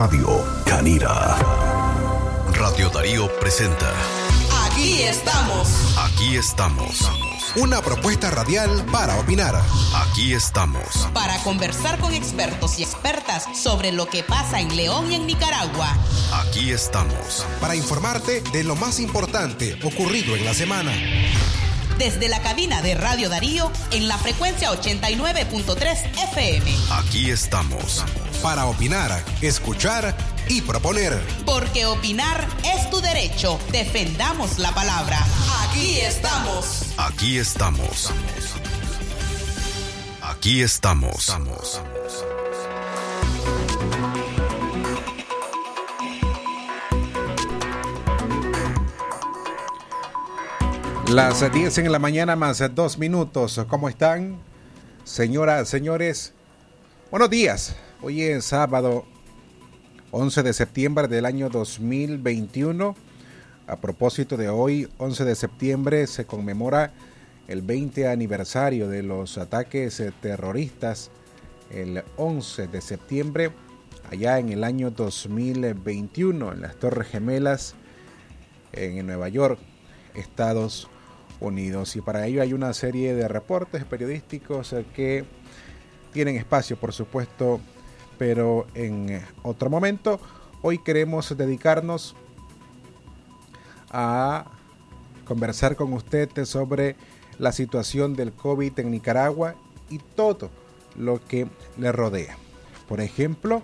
Radio Canira. Radio Darío presenta Aquí estamos. Aquí estamos. Una propuesta radial para opinar. Aquí estamos. Para conversar con expertos y expertas sobre lo que pasa en León y en Nicaragua. Aquí estamos. Para informarte de lo más importante ocurrido en la semana. Desde la cabina de Radio Darío en la frecuencia 89.3 FM. Aquí estamos. Para opinar, escuchar y proponer. Porque opinar es tu derecho. Defendamos la palabra. Aquí estamos. Aquí estamos. Aquí estamos. Las 10 en la mañana más 2 minutos. ¿Cómo están, señoras, señores? Buenos días. Hoy es sábado 11 de septiembre del año 2021. A propósito de hoy, 11 de septiembre, se conmemora el 20 aniversario de los ataques terroristas. El 11 de septiembre, allá en el año 2021, en las Torres Gemelas, en Nueva York, Estados Unidos. Y para ello hay una serie de reportes periodísticos que tienen espacio, por supuesto, pero en otro momento. Hoy queremos dedicarnos a conversar con usted sobre la situación del COVID en Nicaragua y todo lo que le rodea. Por ejemplo,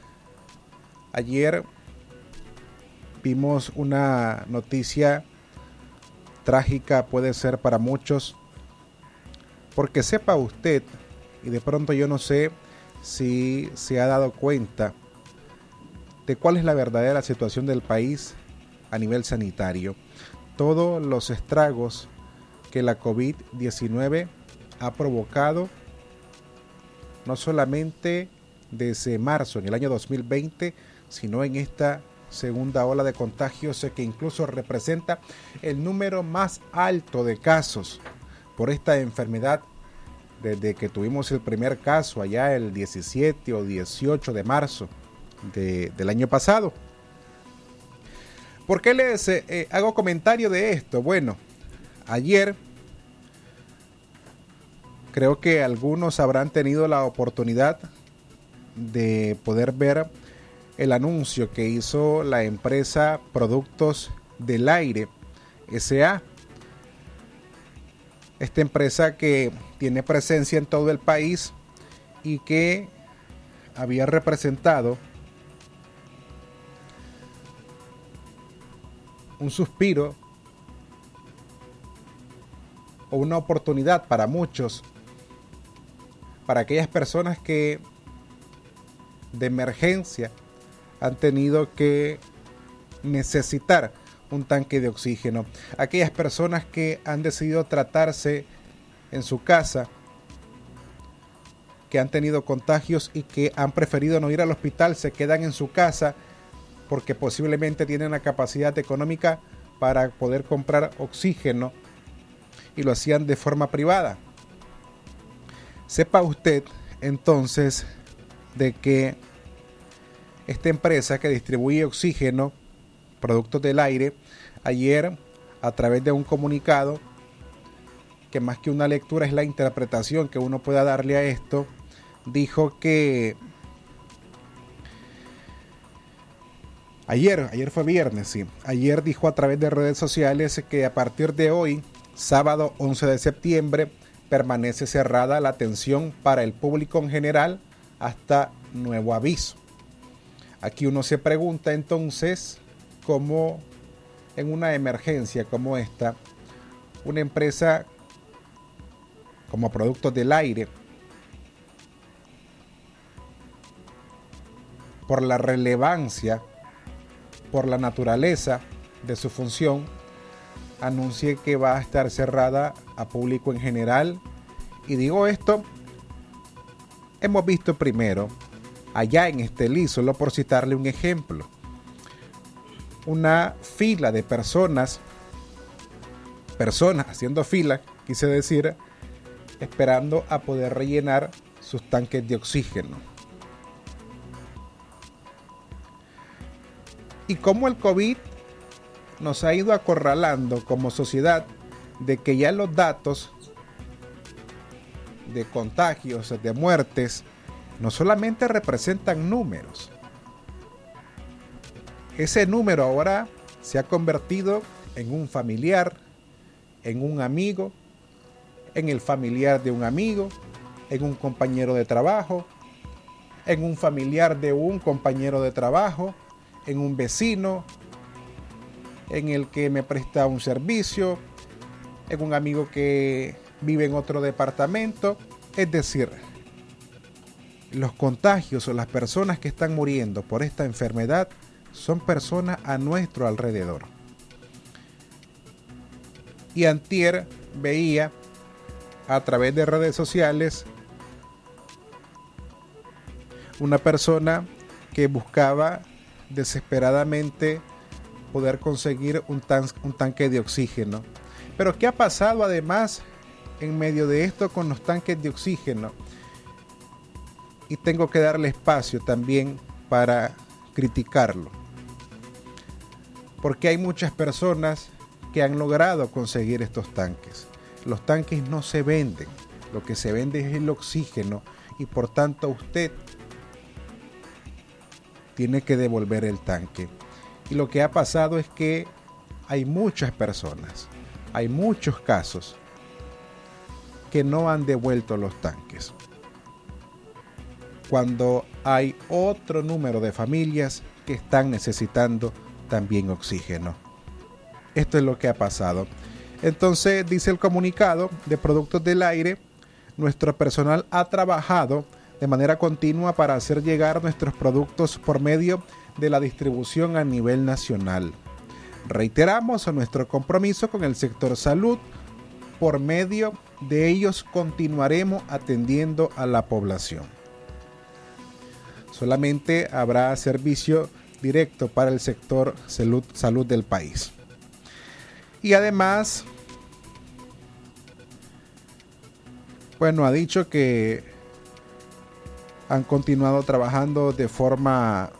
ayer vimos una noticia trágica, puede ser para muchos, porque sepa usted, y de pronto yo no sé si se ha dado cuenta de cuál es la verdadera situación del país a nivel sanitario. Todos los estragos que la COVID-19 ha provocado, no solamente desde marzo en el año 2020, sino en esta segunda ola de contagios que incluso representa el número más alto de casos por esta enfermedad desde que tuvimos el primer caso allá el 17 o 18 de marzo del año pasado. ¿Por qué les hago comentario de esto? Bueno, ayer creo que algunos habrán tenido la oportunidad de poder ver el anuncio que hizo la empresa Productos del Aire S.A. Esta empresa que tiene presencia en todo el país y que había representado un suspiro o una oportunidad para muchos, para aquellas personas que de emergencia han tenido que necesitar un tanque de oxígeno. Aquellas personas que han decidido tratarse en su casa, que han tenido contagios y que han preferido no ir al hospital, se quedan en su casa porque posiblemente tienen la capacidad económica para poder comprar oxígeno y lo hacían de forma privada. Sepa usted entonces de que esta empresa que distribuye oxígeno, Productos del Aire, ayer a través de un comunicado, que más que una lectura es la interpretación que uno pueda darle a esto, dijo que ayer fue viernes, sí, ayer dijo a través de redes sociales que a partir de hoy, sábado 11 de septiembre, permanece cerrada la atención para el público en general hasta nuevo aviso. Aquí uno se pregunta entonces cómo en una emergencia como esta, una empresa como Productos del Aire, por la relevancia, por la naturaleza de su función, anuncie que va a estar cerrada a público en general. Y digo esto, hemos visto primero allá en Estelí, solo por citarle un ejemplo, una fila de personas haciendo fila, quise decir, esperando a poder rellenar sus tanques de oxígeno. y cómo el COVID nos ha ido acorralando como sociedad de que ya los datos de contagios, de muertes, no solamente representan números. Ese número ahora se ha convertido en un familiar, en un amigo, en el familiar de un amigo, en un compañero de trabajo, en un familiar de un compañero de trabajo, en un vecino, en el que me presta un servicio, en un amigo que vive en otro departamento. Es decir, los contagios o las personas que están muriendo por esta enfermedad son personas a nuestro alrededor. Y antier veía a través de redes sociales una persona que buscaba desesperadamente poder conseguir un tanque de oxígeno. Pero ¿qué ha pasado además en medio de esto con los tanques de oxígeno? Y tengo que darle espacio también para criticarlo, porque hay muchas personas que han logrado conseguir estos tanques. Los tanques no se venden, lo que se vende es el oxígeno, y por tanto usted tiene que devolver el tanque. Y lo que ha pasado es que hay muchas personas, hay muchos casos que no han devuelto los tanques, cuando hay otro número de familias que están necesitando también oxígeno. Esto es lo que ha pasado. Entonces, dice el comunicado de Productos del Aire: nuestro personal ha trabajado de manera continua para hacer llegar nuestros productos por medio de la distribución a nivel nacional. Reiteramos nuestro compromiso con el sector salud. Por medio de ellos continuaremos atendiendo a la población. Solamente habrá servicio directo para el sector salud del país. Y además, bueno, ha dicho que han continuado trabajando de forma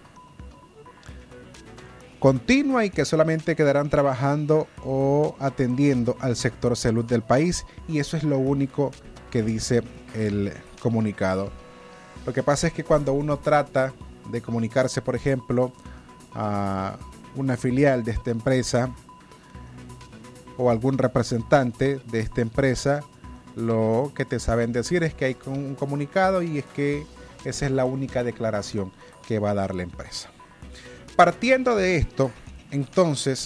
continua y que solamente quedarán trabajando o atendiendo al sector salud del país, y eso es lo único que dice el comunicado. Lo que pasa es que cuando uno trata de comunicarse, por ejemplo, a una filial de esta empresa o algún representante de esta empresa, lo que te saben decir es que hay un comunicado y es que esa es la única declaración que va a dar la empresa. Partiendo de esto, entonces,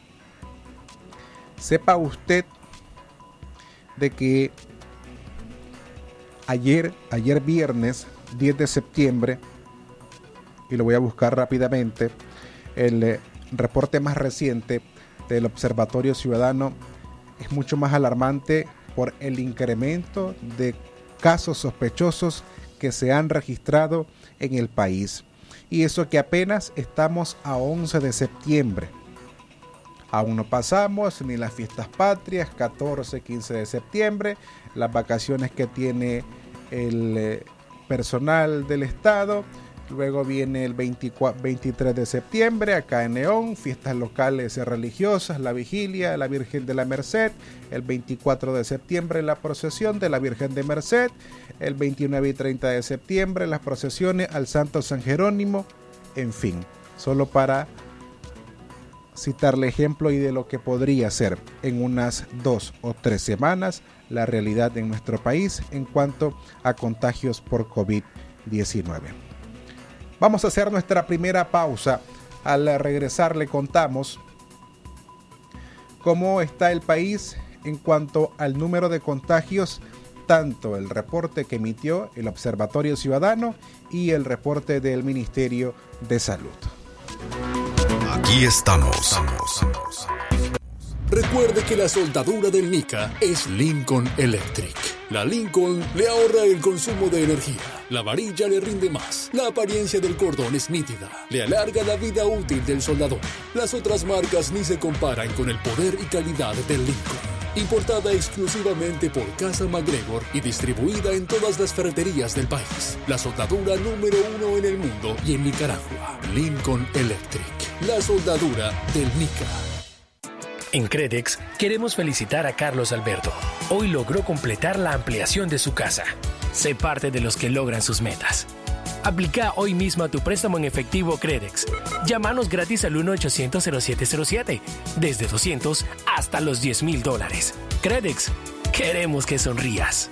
sepa usted de que ayer viernes 10 de septiembre, y lo voy a buscar rápidamente, el reporte más reciente del Observatorio Ciudadano es mucho más alarmante por el incremento de casos sospechosos que se han registrado en el país. Y eso que apenas estamos a 11 de septiembre. Aún no pasamos ni las fiestas patrias, 14, 15 de septiembre, las vacaciones que tiene el personal del Estado. Luego viene el 23 de septiembre, acá en León, fiestas locales religiosas, la vigilia de la Virgen de la Merced. El 24 de septiembre, la procesión de la Virgen de Merced. El 29 y 30 de septiembre, las procesiones al Santo San Jerónimo. En fin, solo para citarle ejemplo y de lo que podría ser en unas 2 o 3 semanas la realidad en nuestro país en cuanto a contagios por COVID-19. Vamos a hacer nuestra primera pausa. Al regresar le contamos cómo está el país en cuanto al número de contagios, tanto el reporte que emitió el Observatorio Ciudadano y el reporte del Ministerio de Salud. Aquí estamos. Recuerde que la soldadura del Nica es Lincoln Electric. La Lincoln le ahorra el consumo de energía, la varilla le rinde más, la apariencia del cordón es nítida, le alarga la vida útil del soldador. Las otras marcas ni se comparan con el poder y calidad del Lincoln. Importada exclusivamente por Casa MacGregor y distribuida en todas las ferreterías del país. La soldadura número 1 en el mundo y en Nicaragua. Lincoln Electric. La soldadura del Nica. En Credex queremos felicitar a Carlos Alberto. Hoy logró completar la ampliación de su casa. Sé parte de los que logran sus metas. Aplica hoy mismo a tu préstamo en efectivo Credex. Llámanos gratis al 1-800-0707. Desde 200 hasta los $10,000. Credex. Queremos que sonrías.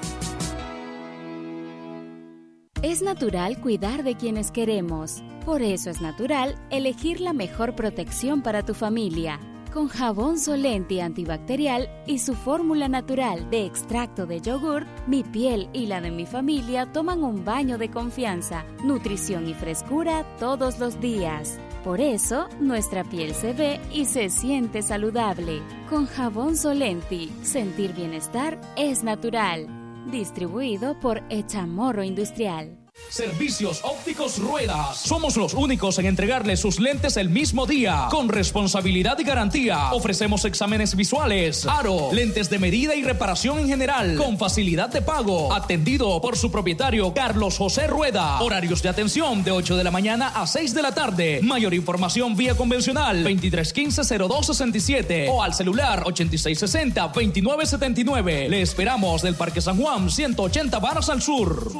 Es natural cuidar de quienes queremos. Por eso es natural elegir la mejor protección para tu familia. Con jabón Solenti antibacterial y su fórmula natural de extracto de yogur, mi piel y la de mi familia toman un baño de confianza, nutrición y frescura todos los días. Por eso, nuestra piel se ve y se siente saludable. Con jabón Solenti, sentir bienestar es natural. Distribuido por Echamorro Industrial. Servicios Ópticos Ruedas. Somos los únicos en entregarle sus lentes el mismo día, con responsabilidad y garantía. Ofrecemos exámenes visuales, aro, lentes de medida y reparación en general, con facilidad de pago. Atendido por su propietario Carlos José Rueda. Horarios de atención de 8 de la mañana a 6 de la tarde. Mayor información vía convencional 2315-0267 o al celular 8660-2979. Le esperamos del Parque San Juan, 180 varas al sur.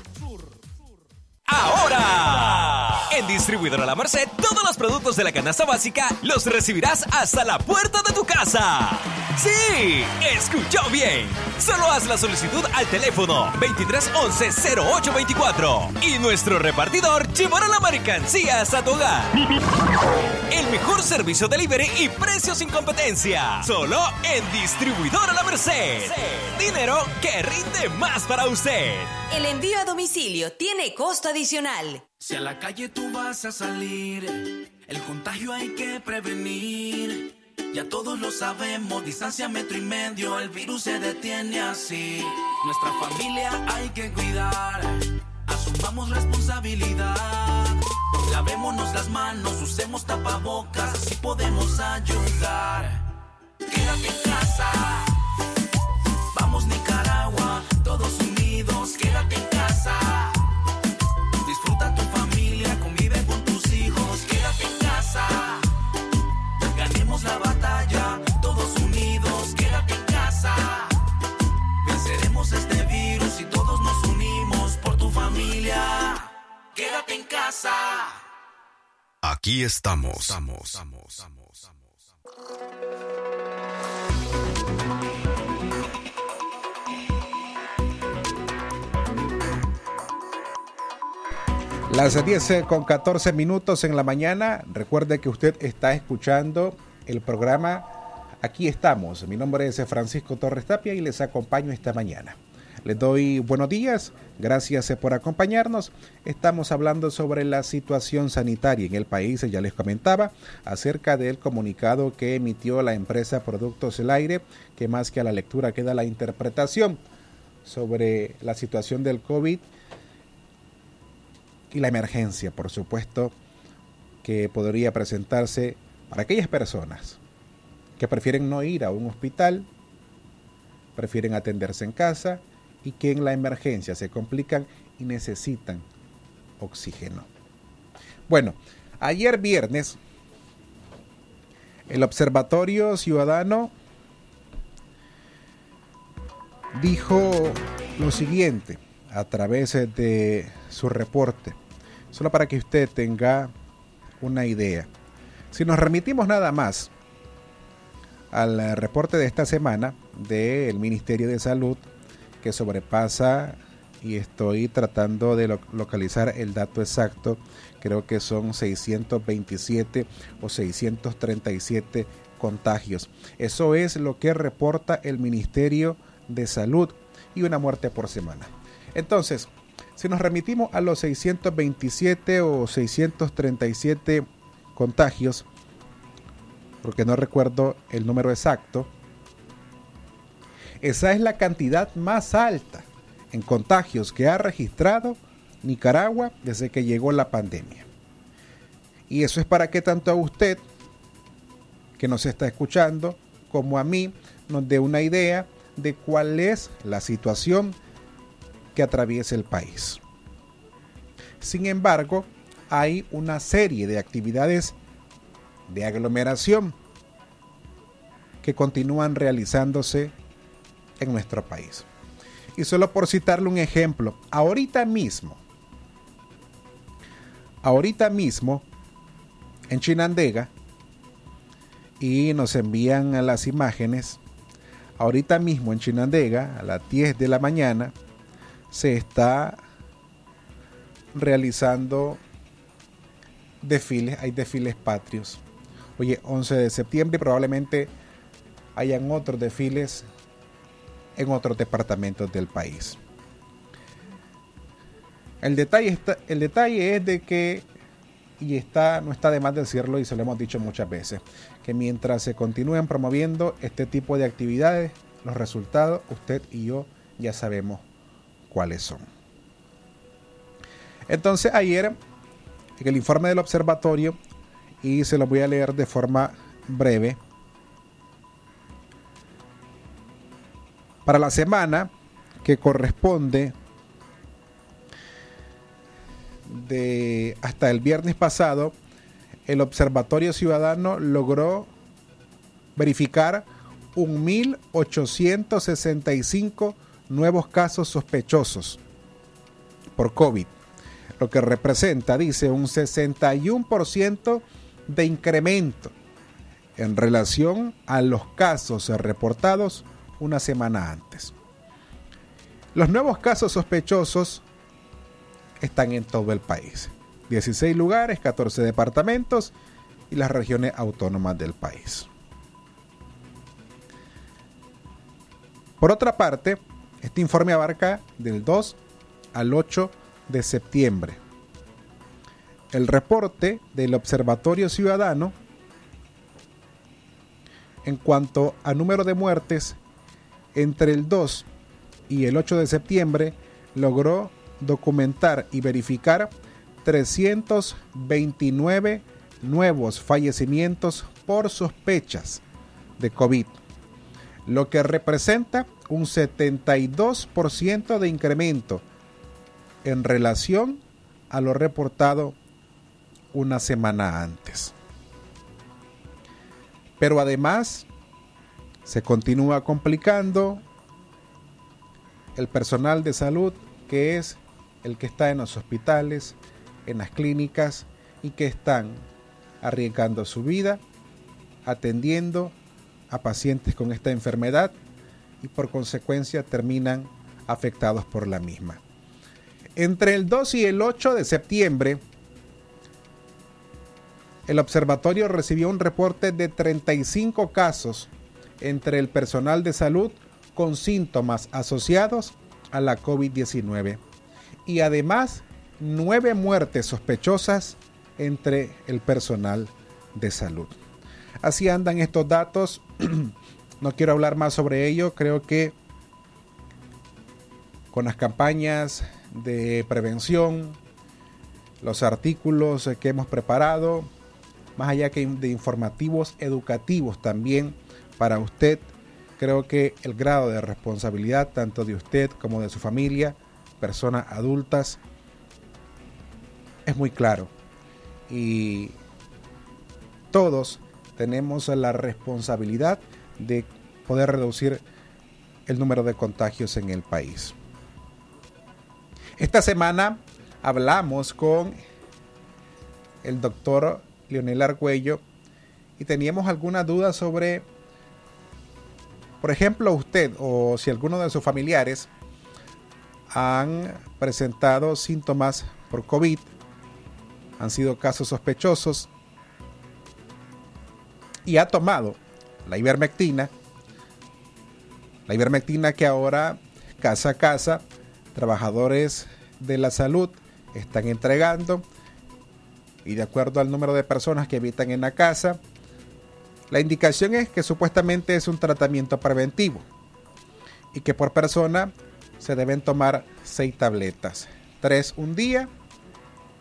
Ahora, en Distribuidora La Merced, todos los productos de la canasta básica los recibirás hasta la puerta de tu casa. ¡Sí! ¡Escuchó bien! Solo haz la solicitud al teléfono 2311-0824 y nuestro repartidor llevará la mercancía hasta tu hogar. El mejor servicio delivery y precios sin competencia. Solo en Distribuidora La Merced. Dinero que rinde más para usted. El envío a domicilio tiene costo adicional. Si a la calle tú vas a salir, el contagio hay que prevenir. Ya todos lo sabemos, distancia 1,5 metros, el virus se detiene así. Nuestra familia hay que cuidar, asumamos responsabilidad. Lavémonos las manos, usemos tapabocas, así podemos ayudar. Quédate en casa, vamos Nicaragua, todos unidos, quédate en casa. Disfruta tu familia, convive con tus hijos, quédate en casa. Ganemos la batalla, todos unidos, quédate en casa. Venceremos este virus y todos nos unimos por tu familia. Quédate en casa. Aquí estamos. Las 10:14 en la mañana. Recuerde que usted está escuchando el programa Aquí estamos. Mi nombre es Francisco Torres Tapia y les acompaño esta mañana. Les doy buenos días. Gracias por acompañarnos. Estamos hablando sobre la situación sanitaria en el país. Ya les comentaba acerca del comunicado que emitió la empresa Productos El Aire, que más que a la lectura queda la interpretación sobre la situación del COVID y la emergencia, por supuesto, que podría presentarse para aquellas personas que prefieren no ir a un hospital, prefieren atenderse en casa y que en la emergencia se complican y necesitan oxígeno. Bueno, ayer viernes, el Observatorio Ciudadano dijo lo siguiente a través de su reporte, solo para que usted tenga una idea. Si nos remitimos nada más al reporte de esta semana del Ministerio de Salud, que sobrepasa, y estoy tratando de localizar el dato exacto, creo que son 627 o 637 contagios. Eso es lo que reporta el Ministerio de Salud, y una muerte por semana. Entonces, si nos remitimos a los 627 o 637 contagios, porque no recuerdo el número exacto, esa es la cantidad más alta en contagios que ha registrado Nicaragua desde que llegó la pandemia. Y eso es para que tanto a usted, que nos está escuchando, como a mí nos dé una idea de cuál es la situación que atraviesa el país. Sin embargo, hay una serie de actividades de aglomeración que continúan realizándose en nuestro país. Y solo por citarle un ejemplo, ahorita mismo en Chinandega, y nos envían las imágenes, ahorita mismo en Chinandega, a las 10 de la mañana, se está realizando desfiles, hay desfiles patrios. Hoy es 11 de septiembre y probablemente hayan otros desfiles en otros departamentos del país. El detalle es de que, no está de más decirlo y se lo hemos dicho muchas veces, que mientras se continúen promoviendo este tipo de actividades, los resultados usted y yo ya sabemos cuáles son. Entonces ayer, en el informe del observatorio, y se lo voy a leer de forma breve, para la semana que corresponde hasta el viernes pasado, el Observatorio Ciudadano logró verificar 1.865 nuevos casos sospechosos por COVID, lo que representa, dice, un 61% de incremento en relación a los casos reportados una semana antes. Los nuevos casos sospechosos están en todo el país. 16 lugares, 14 departamentos y las regiones autónomas del país. Por otra parte, este informe abarca del 2 al 8 de septiembre. El reporte del Observatorio Ciudadano en cuanto a número de muertes entre el 2 y el 8 de septiembre logró documentar y verificar 329 nuevos fallecimientos por sospechas de COVID, lo que representa un 72% de incremento en relación a lo reportado una semana antes. Pero además se continúa complicando el personal de salud, que es el que está en los hospitales, en las clínicas y que están arriesgando su vida, atendiendo a pacientes con esta enfermedad y por consecuencia terminan afectados por la misma. Entre el 2 y el 8 de septiembre, el observatorio recibió un reporte de 35 casos entre el personal de salud con síntomas asociados a la COVID-19 y además 9 muertes sospechosas entre el personal de salud. Así andan estos datos. No quiero hablar más sobre ello. Creo que con las campañas de prevención, los artículos que hemos preparado, más allá que de informativos, educativos también para usted, creo que el grado de responsabilidad tanto de usted como de su familia, personas adultas, es muy claro. Y todos tenemos la responsabilidad de poder reducir el número de contagios en el país. Esta semana hablamos con el doctor Leonel Argüello y teníamos algunas dudas sobre, por ejemplo, usted o si alguno de sus familiares han presentado síntomas por COVID, han sido casos sospechosos y ha tomado la ivermectina que ahora casa a casa trabajadores de la salud están entregando, y de acuerdo al número de personas que habitan en la casa, la indicación es que supuestamente es un tratamiento preventivo y que por persona se deben tomar 6 tabletas, 3 un día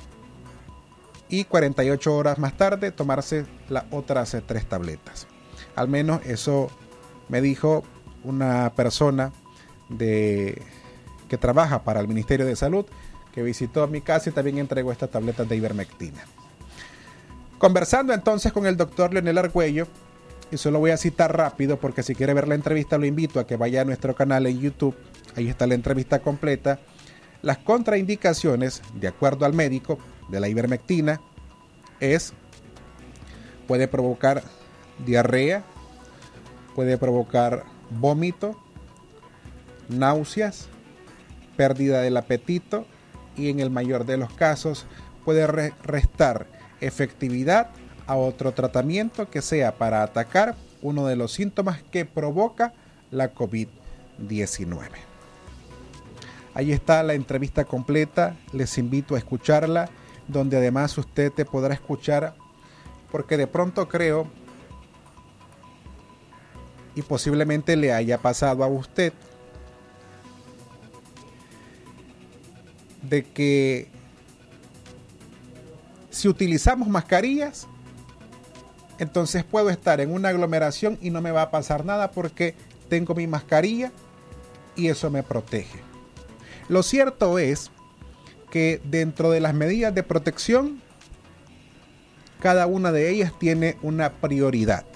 y 48 horas más tarde tomarse las otras 3 tabletas. Al menos eso me dijo una persona que trabaja para el Ministerio de Salud, que visitó mi casa y también entregó estas tabletas de ivermectina. Conversando entonces con el doctor Leonel Argüello, y solo voy a citar rápido porque si quiere ver la entrevista lo invito a que vaya a nuestro canal en YouTube, ahí está la entrevista completa. Las contraindicaciones, de acuerdo al médico, de la ivermectina puede provocar diarrea, puede provocar vómito, náuseas, pérdida del apetito y en el mayor de los casos puede restar efectividad a otro tratamiento que sea para atacar uno de los síntomas que provoca la COVID-19. Ahí está la entrevista completa, les invito a escucharla, donde además usted te podrá escuchar, porque de pronto creo, y posiblemente le haya pasado a usted, de que si utilizamos mascarillas, entonces puedo estar en una aglomeración y no me va a pasar nada porque tengo mi mascarilla y eso me protege. Lo cierto es que dentro de las medidas de protección, cada una de ellas tiene una prioridad.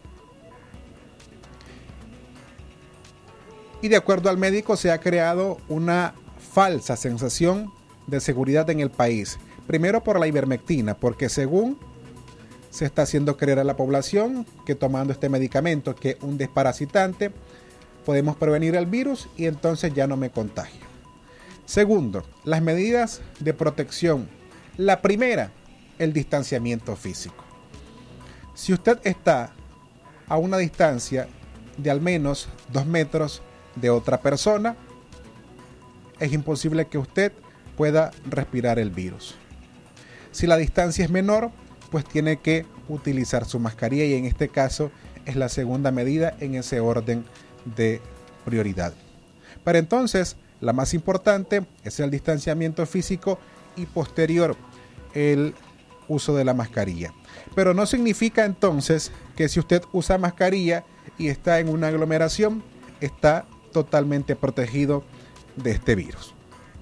Y de acuerdo al médico se ha creado una falsa sensación de seguridad en el país. Primero por la ivermectina, porque según se está haciendo creer a la población que tomando este medicamento, que es un desparasitante, podemos prevenir el virus y entonces ya no me contagio. Segundo, las medidas de protección. La primera, el distanciamiento físico. Si usted está a una distancia de al menos 2 metros de otra persona, es imposible que usted pueda respirar el virus. Si la distancia es menor, pues tiene que utilizar su mascarilla y en este caso es la segunda medida en ese orden de prioridad. Pero entonces, la más importante es el distanciamiento físico y posterior el uso de la mascarilla. Pero no significa entonces que si usted usa mascarilla y está en una aglomeración, está totalmente protegido de este virus.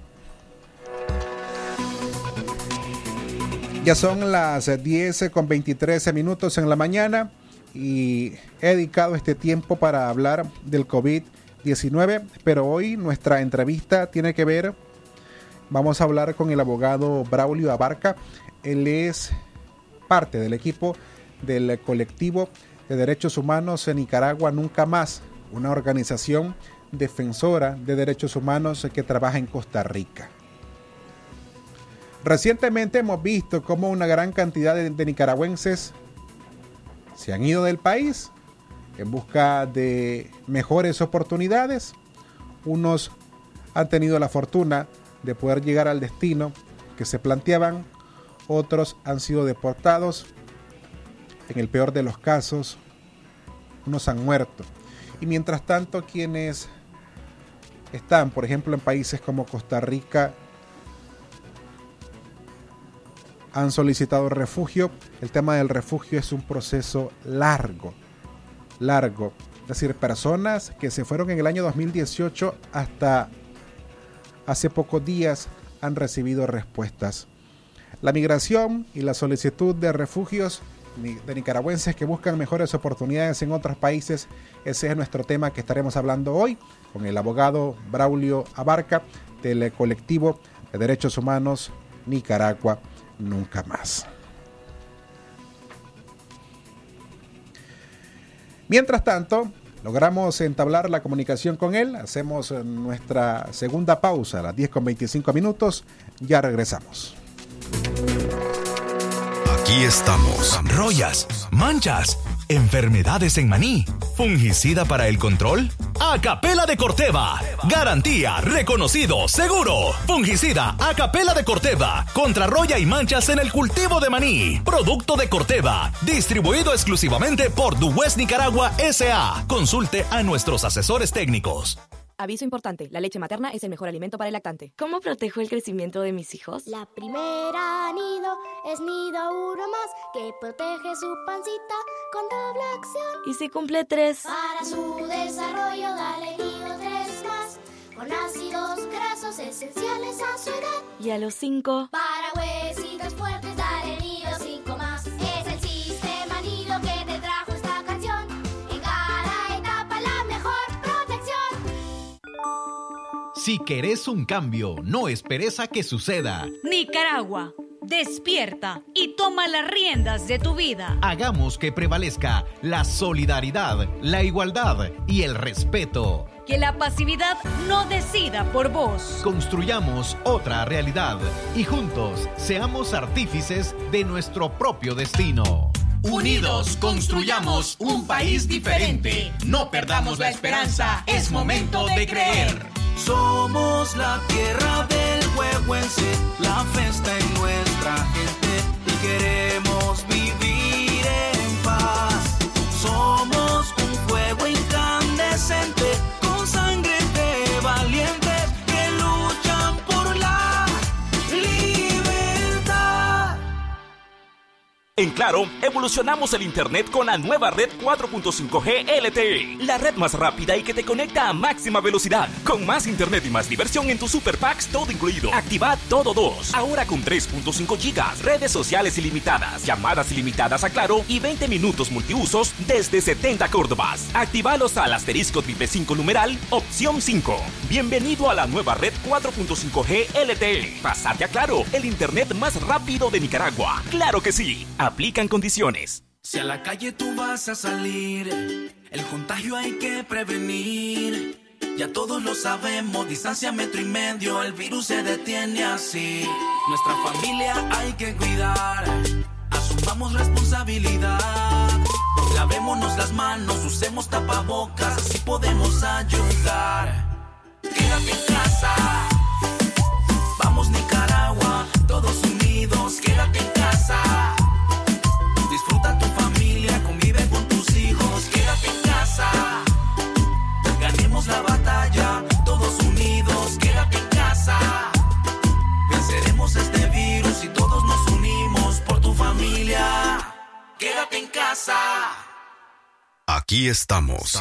Ya son las 10:23 en la mañana y he dedicado este tiempo para hablar del COVID-19, pero hoy nuestra entrevista tiene que ver, vamos a hablar con el abogado Braulio Abarca. Él es parte del equipo del colectivo de derechos humanos en Nicaragua Nunca Más, una organización defensora de derechos humanos que trabaja en Costa Rica. Recientemente hemos visto cómo una gran cantidad de nicaragüenses se han ido del país en busca de mejores oportunidades. Unos han tenido la fortuna de poder llegar al destino que se planteaban, otros han sido deportados. En el peor de los casos, unos han muerto. Y mientras tanto, quienes están, por ejemplo, en países como Costa Rica, han solicitado refugio. El tema del refugio es un proceso largo. Es decir, personas que se fueron en el año 2018 hasta hace pocos días han recibido respuestas. La migración y la solicitud de refugios de nicaragüenses que buscan mejores oportunidades en otros países, ese es nuestro tema que estaremos hablando hoy con el abogado Braulio Abarca del colectivo de derechos humanos Nicaragua Nunca Más. Mientras tanto, logramos entablar la comunicación con él. Hacemos nuestra segunda pausa a las 10:25. Ya regresamos. Aquí estamos. Rollas, manchas, enfermedades en maní, fungicida para el control. Acapela de Corteva, garantía, reconocido, seguro. Fungicida Acapela de Corteva, contra roya y manchas en el cultivo de maní. Producto de Corteva, distribuido exclusivamente por The West Nicaragua S.A. Consulte a nuestros asesores técnicos. Aviso importante, la leche materna es el mejor alimento para el lactante. ¿Cómo protejo el crecimiento de mis hijos? La primera nido es Nido Uno Más, que protege su pancita con doble acción. ¿Y si cumple 3? Para su desarrollo dale Nido 3 Más, con ácidos grasos esenciales a su edad. ¿Y a los 5? Para huesitos fuertes dale Nido 5 Más. Es el sistema Nido que te trajo esta canción. En cada etapa la mejor protección. Si querés un cambio, no esperes a que suceda. Nicaragua, despierta y toma las riendas de tu vida. Hagamos que prevalezca la solidaridad, la igualdad y el respeto. Que la pasividad no decida por vos. Construyamos otra realidad y juntos seamos artífices de nuestro propio destino. Unidos construyamos un país diferente. No perdamos la esperanza, es momento de creer. Somos la tierra del huehuense, la fiesta en nuestra gente y queremos vivir en paz. Somos un fuego incandescente con sangre de valientes que luchan por la libertad. En Claro, evolucionamos el Internet con la nueva red 4.5G LTE, la red más rápida y que te conecta a máxima velocidad, con más Internet y más diversión en tus Super Packs todo incluido. Activa Todo 2, ahora con 3.5 GB, redes sociales ilimitadas, llamadas ilimitadas a Claro y 20 minutos multiusos desde 70 Córdobas. Actívalos al *555 numeral, opción 5. Bienvenido a la nueva red 4.5G LTE. Pásate a Claro, el Internet más rápido de Nicaragua. ¡Claro que sí! Aplican condiciones. Si a la calle tú vas a salir, el contagio hay que prevenir. Ya todos lo sabemos, distancia 1,5 metros, el virus se detiene así. Nuestra familia hay que cuidar, asumamos responsabilidad. Lavémonos las manos, usemos tapabocas, así podemos ayudar. Quédate en casa, vamos Nicaragua, todos unidos, quédate en casa. Disfruta tu familia, convive con tus hijos, quédate en casa. Ganemos la batalla, todos unidos, quédate en casa. Venceremos este virus y todos nos unimos por tu familia. Quédate en casa. Aquí estamos.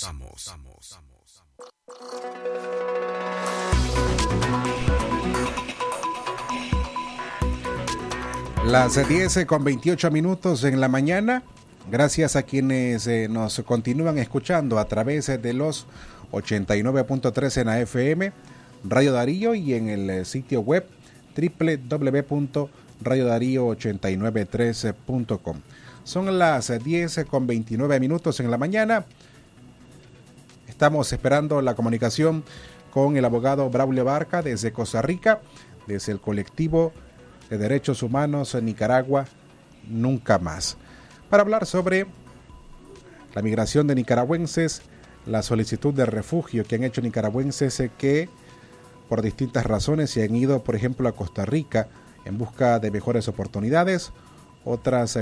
Las 10:28 minutos en la mañana. Gracias a quienes nos continúan escuchando a través de los 89.3 en AFM, Radio Darío y en el sitio web www.radiodarío893.com. Son las 10:29 minutos en la mañana. Estamos esperando la comunicación con el abogado Braulio Barca desde Costa Rica, desde el colectivo de Derechos Humanos en Nicaragua, Nunca Más, para hablar sobre la migración de nicaragüenses, la solicitud de refugio que han hecho nicaragüenses que por distintas razones se han ido, por ejemplo, a Costa Rica en busca de mejores oportunidades, otros,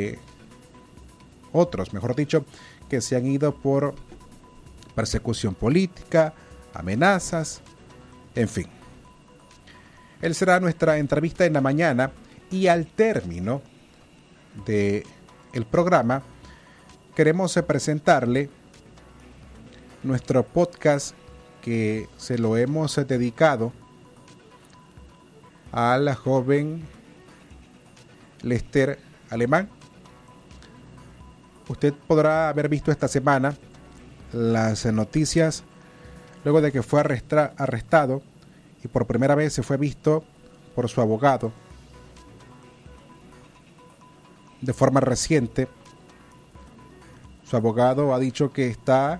mejor dicho, que se han ido por persecución política, amenazas, en fin. Él será nuestra entrevista en la mañana y al término del programa queremos presentarle nuestro podcast que se lo hemos dedicado a la joven Lester Alemán. Usted podrá haber visto esta semana las noticias luego de que fue arrestado y por primera vez se fue visto por su abogado. De forma reciente, su abogado ha dicho que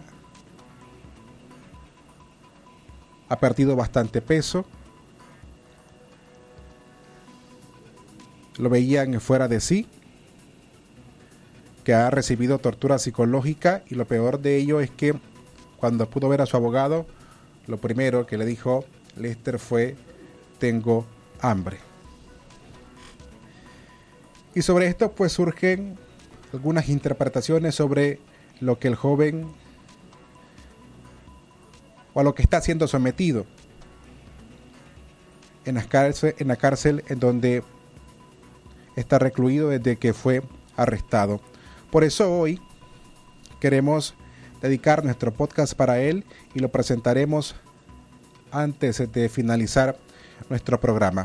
ha perdido bastante peso. Lo veían fuera de sí, que ha recibido tortura psicológica y lo peor de ello es que cuando pudo ver a su abogado, lo primero que le dijo Lester fue: tengo hambre. Y sobre esto pues surgen algunas interpretaciones sobre lo que el joven o a lo que está siendo sometido en la cárcel en donde está recluido desde que fue arrestado. Por eso hoy queremos dedicar nuestro podcast para él y lo presentaremos antes de finalizar nuestro programa.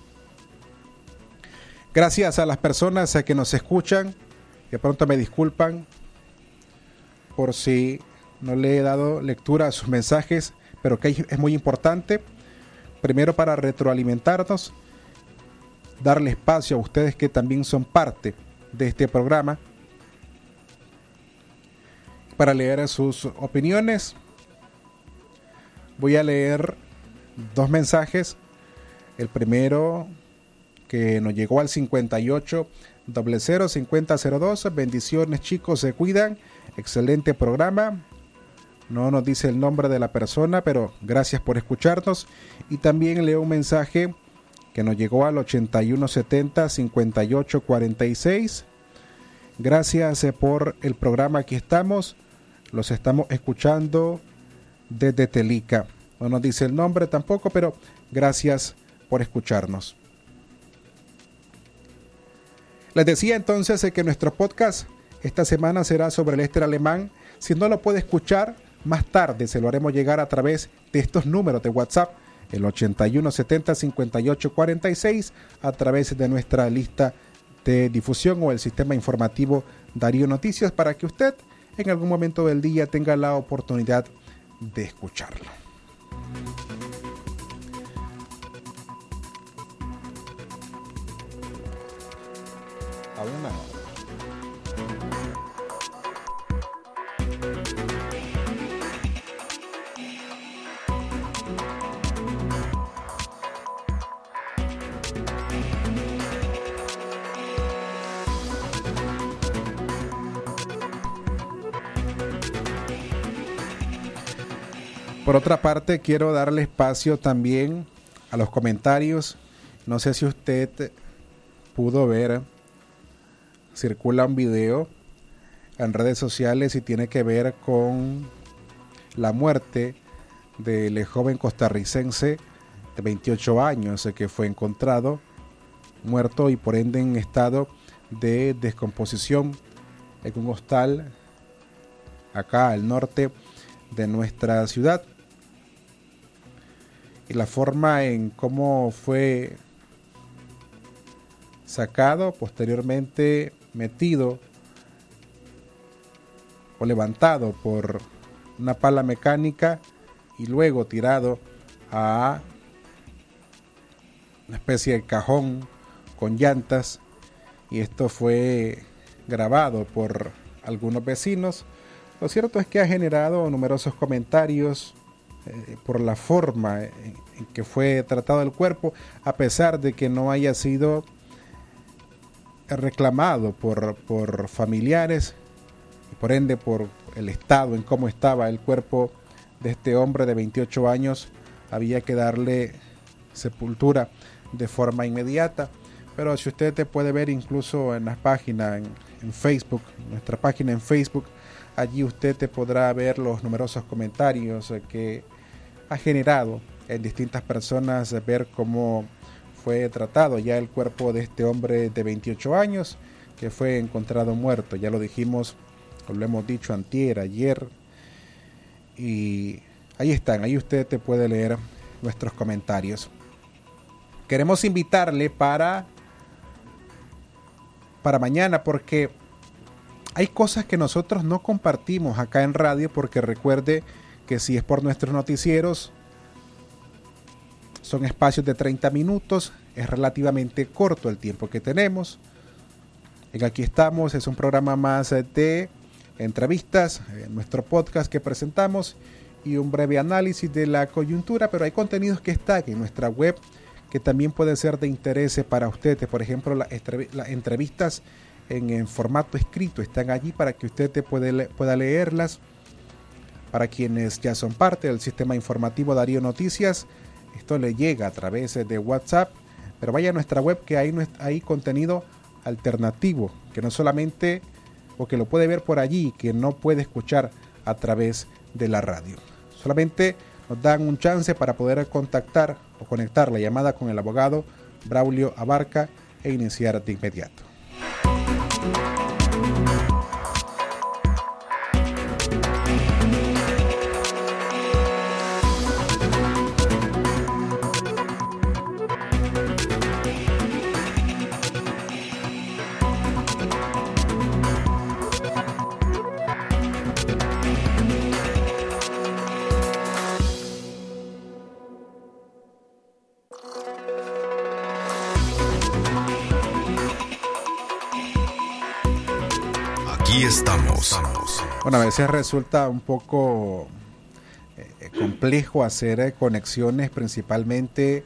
Gracias a las personas que nos escuchan. De pronto me disculpan por si no le he dado lectura a sus mensajes, pero que es muy importante. Primero, para retroalimentarnos, darle espacio a ustedes que también son parte de este programa, para leer sus opiniones. Voy a leer 2 mensajes. El primero, que nos llegó al 58005002. Bendiciones, chicos, se cuidan. Excelente programa. No nos dice el nombre de la persona, pero gracias por escucharnos. Y también leo un mensaje que nos llegó al 81705846. Gracias por el programa. Aquí estamos. Los estamos escuchando desde Telica. No nos dice el nombre tampoco, pero gracias por escucharnos. Les decía entonces que nuestro podcast esta semana será sobre el éster alemán. Si no lo puede escuchar, más tarde se lo haremos llegar a través de estos números de WhatsApp, el 81705846, a través de nuestra lista de difusión o el sistema informativo Darío Noticias, para que usted en algún momento del día tenga la oportunidad de escucharlo. Por otra parte, quiero darle espacio también a los comentarios. No sé si usted pudo ver, circula un video en redes sociales y tiene que ver con la muerte del joven costarricense de 28 años que fue encontrado muerto y por ende en estado de descomposición en un hostal acá al norte de nuestra ciudad. Y la forma en cómo fue sacado, posteriormente metido o levantado por una pala mecánica y luego tirado a una especie de cajón con llantas, y esto fue grabado por algunos vecinos. Lo cierto es que ha generado numerosos comentarios por la forma en que fue tratado el cuerpo, a pesar de que no haya sido reclamado por familiares y por ende por el estado en cómo estaba el cuerpo de este hombre de 28 años. Había que darle sepultura de forma inmediata. Pero si usted te puede ver incluso en la página en Facebook, nuestra página en Facebook, allí usted te podrá ver los numerosos comentarios que ha generado en distintas personas, ver cómo fue tratado ya el cuerpo de este hombre de 28 años que fue encontrado muerto. Ya lo dijimos, lo hemos dicho antier, ayer, y ahí están, ahí usted te puede leer nuestros comentarios. Queremos invitarle para mañana, porque hay cosas que nosotros no compartimos acá en radio, porque recuerde que si es por nuestros noticieros, son espacios de 30 minutos, es relativamente corto el tiempo que tenemos. En Aquí Estamos es un programa más de entrevistas, nuestro podcast que presentamos y un breve análisis de la coyuntura, pero hay contenidos que están en nuestra web que también pueden ser de interés para ustedes. Por ejemplo, las entrevistas en formato escrito están allí para que usted pueda leerlas. Para quienes ya son parte del sistema informativo Darío Noticias, esto le llega a través de WhatsApp, pero vaya a nuestra web, que hay contenido alternativo, que no solamente, o que lo puede ver por allí, que no puede escuchar a través de la radio. Solamente nos dan un chance para poder contactar o conectar la llamada con el abogado Braulio Abarca e iniciar de inmediato. Estamos. Bueno, a veces resulta un poco complejo hacer conexiones, principalmente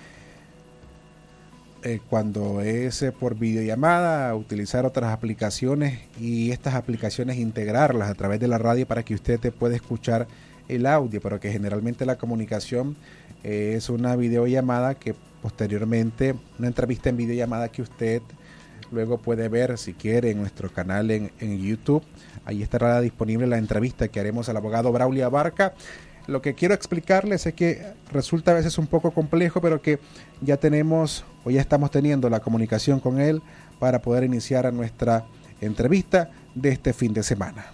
cuando es por videollamada, utilizar otras aplicaciones y estas aplicaciones integrarlas a través de la radio para que usted te pueda escuchar el audio, pero que generalmente la comunicación es una videollamada que posteriormente, una entrevista en videollamada que usted luego puede ver, si quiere, en nuestro canal en YouTube. Ahí estará disponible la entrevista que haremos al abogado Braulio Abarca. Lo que quiero explicarles es que resulta a veces un poco complejo, pero que ya tenemos o ya estamos teniendo la comunicación con él para poder iniciar nuestra entrevista de este fin de semana.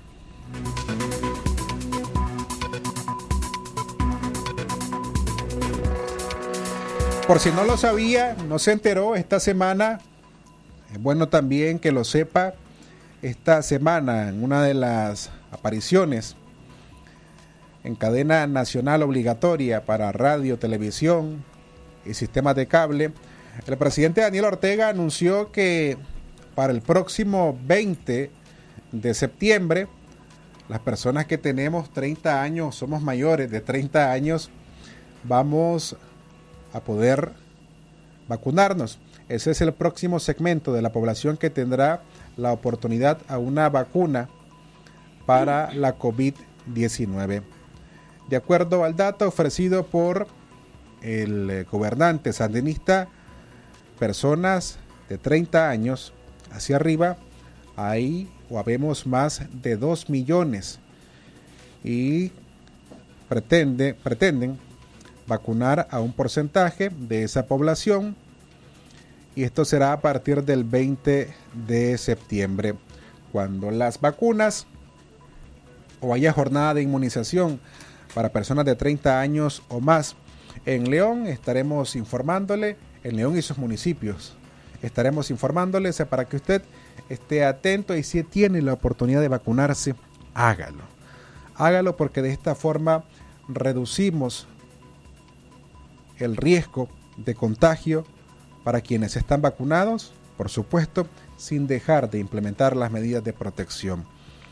Por si no lo sabía, no se enteró, esta semana, es bueno también que lo sepa, esta semana en una de las apariciones en cadena nacional obligatoria para radio, televisión y sistemas de cable, el presidente Daniel Ortega anunció que para el próximo 20 de septiembre, las personas que tenemos 30 años, somos mayores de 30 años, vamos a poder vacunarnos. Ese es el próximo segmento de la población que tendrá la oportunidad a una vacuna para la COVID-19. De acuerdo al dato ofrecido por el gobernante sandinista, personas de 30 años hacia arriba, ahí habemos más de 2 millones y pretenden vacunar a un porcentaje de esa población, y esto será a partir del 20 de septiembre, cuando las vacunas o haya jornada de inmunización para personas de 30 años o más. En León estaremos informándole, en León y sus municipios, estaremos informándoles para que usted esté atento, y si tiene la oportunidad de vacunarse, hágalo. Hágalo, porque de esta forma reducimos el riesgo de contagio para quienes están vacunados, por supuesto, sin dejar de implementar las medidas de protección.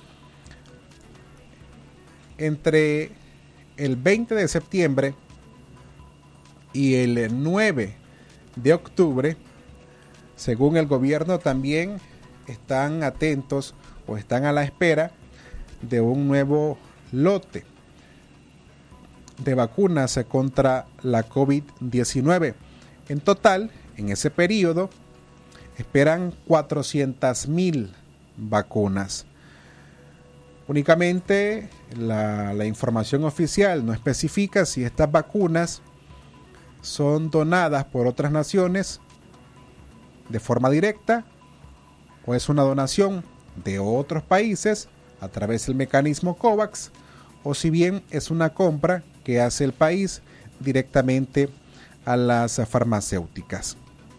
Entre el 20 de septiembre y el 9 de octubre, según el gobierno, también están atentos o están a la espera de un nuevo lote de vacunas contra la COVID-19. En total, en ese periodo, esperan 400,000 vacunas. Únicamente la información oficial no especifica si estas vacunas son donadas por otras naciones de forma directa o es una donación de otros países a través del mecanismo COVAX, o si bien es una compra que hace el país directamente a las farmacéuticas.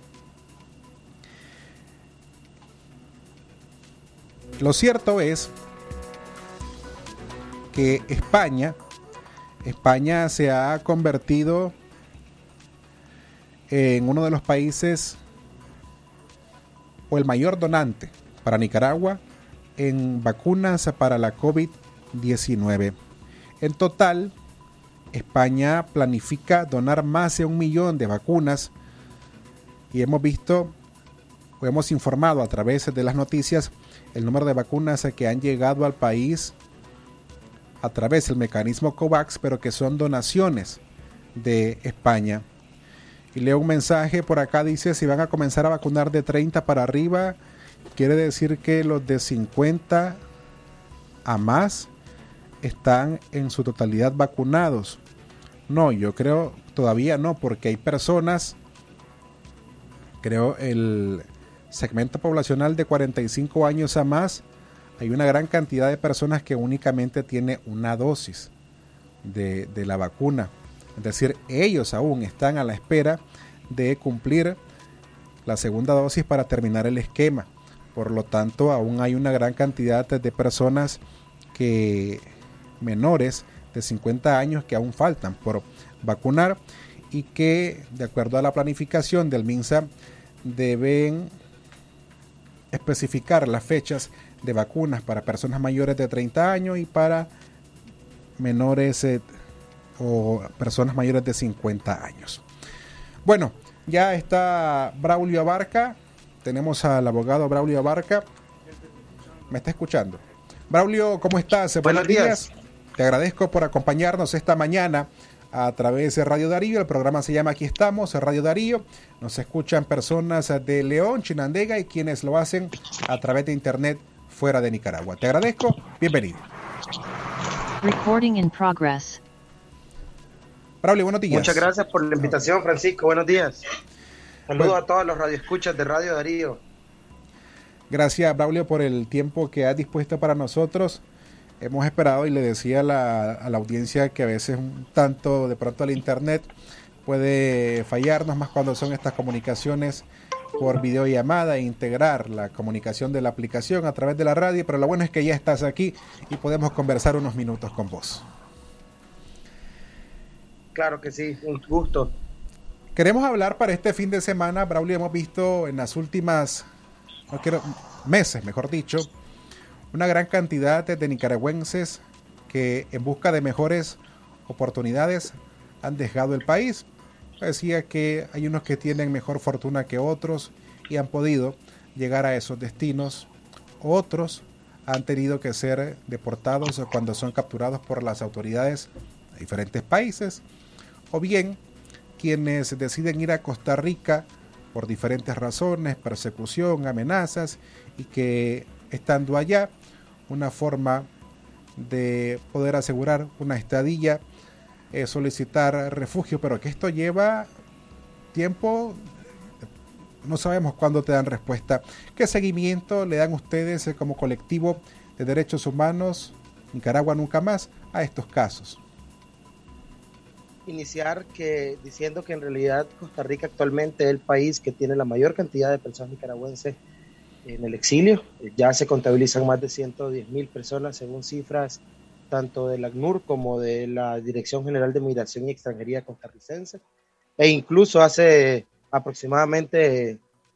Lo cierto es que España se ha convertido en uno de los países o el mayor donante para Nicaragua en vacunas para la COVID-19. En total, España planifica donar más de 1 millón de vacunas, y hemos informado a través de las noticias el número de vacunas que han llegado al país a través del mecanismo COVAX, pero que son donaciones de España. Y leo un mensaje por acá, dice: si van a comenzar a vacunar de 30 para arriba, quiere decir que los de 50 a más están en su totalidad vacunados. No, yo creo todavía no, porque hay personas, creo el segmento poblacional de 45 años a más, hay una gran cantidad de personas que únicamente tiene una dosis de la vacuna. Es decir, ellos aún están a la espera de cumplir la segunda dosis para terminar el esquema. Por lo tanto, aún hay una gran cantidad de personas menores de 50 años que aún faltan por vacunar y que, de acuerdo a la planificación del MINSA, deben especificar las fechas de vacunas para personas mayores de 30 años y para menores o personas mayores de 50 años. Bueno, ya está Braulio Abarca. Tenemos al abogado Braulio Abarca. ¿Me está escuchando? Braulio, ¿cómo estás? Buenos días. Te agradezco por acompañarnos esta mañana a través de Radio Darío. El programa se llama Aquí Estamos, Radio Darío. Nos escuchan personas de León, Chinandega y quienes lo hacen a través de internet fuera de Nicaragua. Te agradezco. Bienvenido. Recording in progress. Braulio, buenos días. Muchas gracias por la invitación, Francisco. Buenos días. Saludos a todos los radioescuchas de Radio Darío. Gracias, Braulio, por el tiempo que has dispuesto para nosotros. Hemos esperado, y le decía a la audiencia que a veces un tanto de pronto el internet puede fallarnos, más cuando son estas comunicaciones por videollamada e integrar la comunicación de la aplicación a través de la radio, pero lo bueno es que ya estás aquí y podemos conversar unos minutos con vos. Claro que sí, un gusto. Queremos hablar para este fin de semana, Braulio. Hemos visto en las últimas meses, mejor dicho, una gran cantidad de nicaragüenses que en busca de mejores oportunidades han dejado el país. Decía que hay unos que tienen mejor fortuna que otros y han podido llegar a esos destinos. Otros han tenido que ser deportados cuando son capturados por las autoridades de diferentes países. O bien quienes deciden ir a Costa Rica por diferentes razones, persecución, amenazas, y que estando allá, una forma de poder asegurar una estadía, solicitar refugio, pero que esto lleva tiempo, no sabemos cuándo te dan respuesta. ¿Qué seguimiento le dan ustedes como colectivo de derechos humanos, Nicaragua Nunca Más, a estos casos? Iniciar diciendo que en realidad Costa Rica actualmente es el país que tiene la mayor cantidad de personas nicaragüenses en el exilio. Ya se contabilizan más de 110,000 personas según cifras tanto del ACNUR como de la Dirección General de Migración y Extranjería costarricense. E incluso hace aproximadamente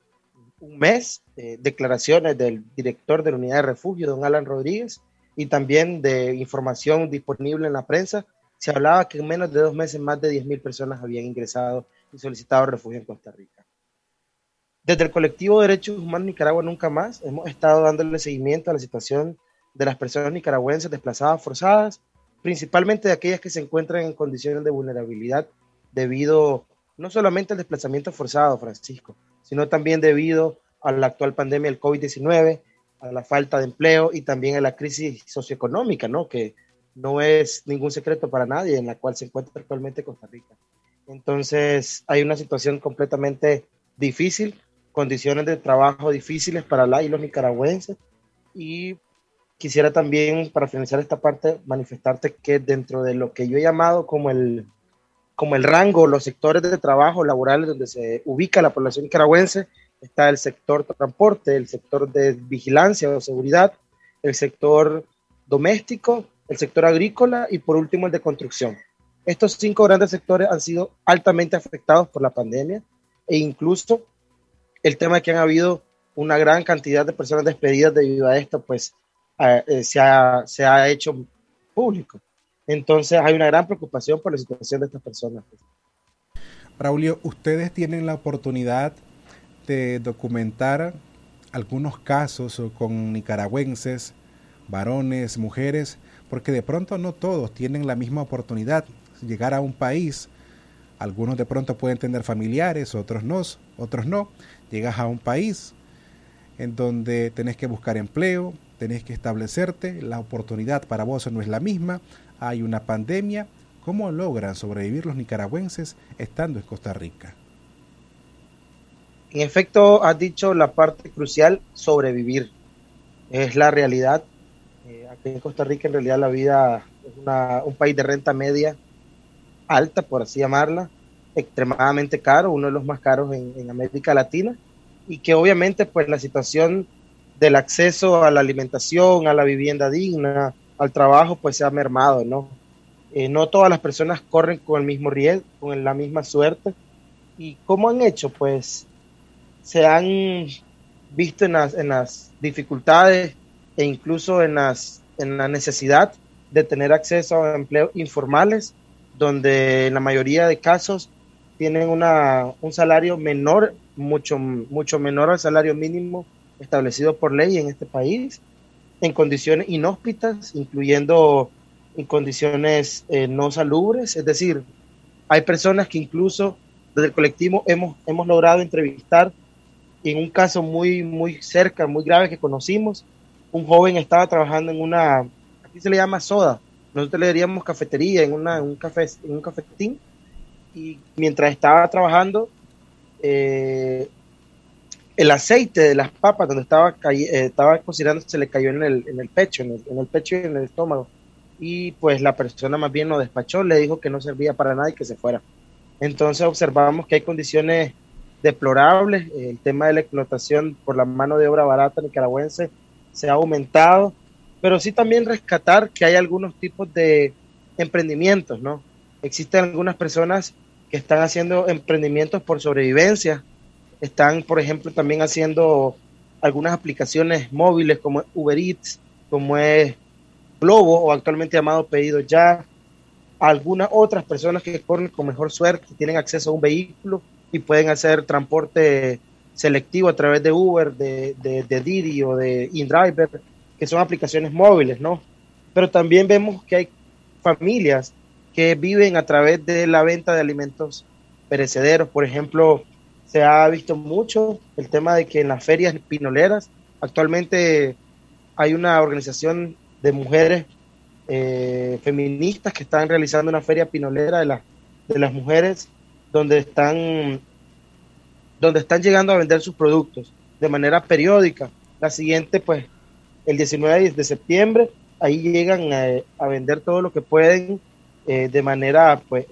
un mes, declaraciones del director de la Unidad de Refugio, don Alan Rodríguez, y también de información disponible en la prensa, se hablaba que en menos de 2 meses más de 10,000 personas habían ingresado y solicitado refugio en Costa Rica. Desde el colectivo de Derechos Humanos Nicaragua Nunca Más hemos estado dándole seguimiento a la situación de las personas nicaragüenses desplazadas forzadas, principalmente de aquellas que se encuentran en condiciones de vulnerabilidad debido no solamente al desplazamiento forzado, Francisco, sino también debido a la actual pandemia del COVID-19, a la falta de empleo y también a la crisis socioeconómica, ¿no? Que no es ningún secreto para nadie en la cual se encuentra actualmente Costa Rica. Entonces hay una situación completamente difícil, condiciones de trabajo difíciles para la y los nicaragüenses, y quisiera también, para finalizar esta parte, manifestarte que dentro de lo que yo he llamado como el rango, los sectores de trabajo laborales donde se ubica la población nicaragüense, está el sector transporte, el sector de vigilancia o seguridad, el sector doméstico, el sector agrícola y por último el de construcción. Estos 5 grandes sectores han sido altamente afectados por la pandemia e incluso el tema de que han habido una gran cantidad de personas despedidas debido a esto, pues se ha hecho público. Entonces hay una gran preocupación por la situación de estas personas. Braulio, ustedes tienen la oportunidad de documentar algunos casos con nicaragüenses, varones, mujeres, porque de pronto no todos tienen la misma oportunidad de llegar a un país. Algunos de pronto pueden tener familiares, otros no. Llegas a un país en donde tenés que buscar empleo, tenés que establecerte, la oportunidad para vos no es la misma, hay una pandemia. ¿Cómo logran sobrevivir los nicaragüenses estando en Costa Rica? En efecto, has dicho la parte crucial, sobrevivir. Es la realidad. Aquí en Costa Rica en realidad la vida es un país de renta media alta, por así llamarla, extremadamente caro, uno de los más caros en América Latina, y que obviamente pues la situación del acceso a la alimentación, a la vivienda digna, al trabajo, pues se ha mermado, ¿no? No todas las personas corren con el mismo riesgo, con la misma suerte. ¿Y cómo han hecho? Pues se han visto en las dificultades e incluso en la necesidad de tener acceso a empleos informales, donde en la mayoría de casos tienen un salario menor, mucho menor al salario mínimo establecido por ley en este país, en condiciones inhóspitas, incluyendo en condiciones no salubres. Es decir, hay personas que incluso desde el colectivo hemos logrado entrevistar. En un caso muy cerca, muy grave que conocimos, un joven estaba trabajando en aquí se le llama soda, nosotros le diríamos cafetería, en un cafetín, y mientras estaba trabajando, el aceite de las papas donde estaba cocinando se le cayó en el pecho, en el pecho y en el estómago, y pues la persona más bien lo despachó, le dijo que no servía para nada y que se fuera. Entonces observamos que hay condiciones deplorables. El tema de la explotación por la mano de obra barata nicaragüense se ha aumentado, pero sí también rescatar que hay algunos tipos de emprendimientos, ¿no? Existen algunas personas que están haciendo emprendimientos por sobrevivencia, están, por ejemplo, también haciendo algunas aplicaciones móviles como Uber Eats, como es Globo, o actualmente llamado Pedido Ya. Algunas otras personas que corren con mejor suerte, tienen acceso a un vehículo y pueden hacer transporte selectivo a través de Uber, de Didi o de InDriver, que son aplicaciones móviles, ¿no? Pero también vemos que hay familias que viven a través de la venta de alimentos perecederos. Por ejemplo, se ha visto mucho el tema de que en las ferias pinoleras, actualmente hay una organización de mujeres feministas que están realizando una feria pinolera de las mujeres, donde están llegando a vender sus productos de manera periódica. La siguiente, pues, el 19 de septiembre, ahí llegan a vender todo lo que pueden de manera pues,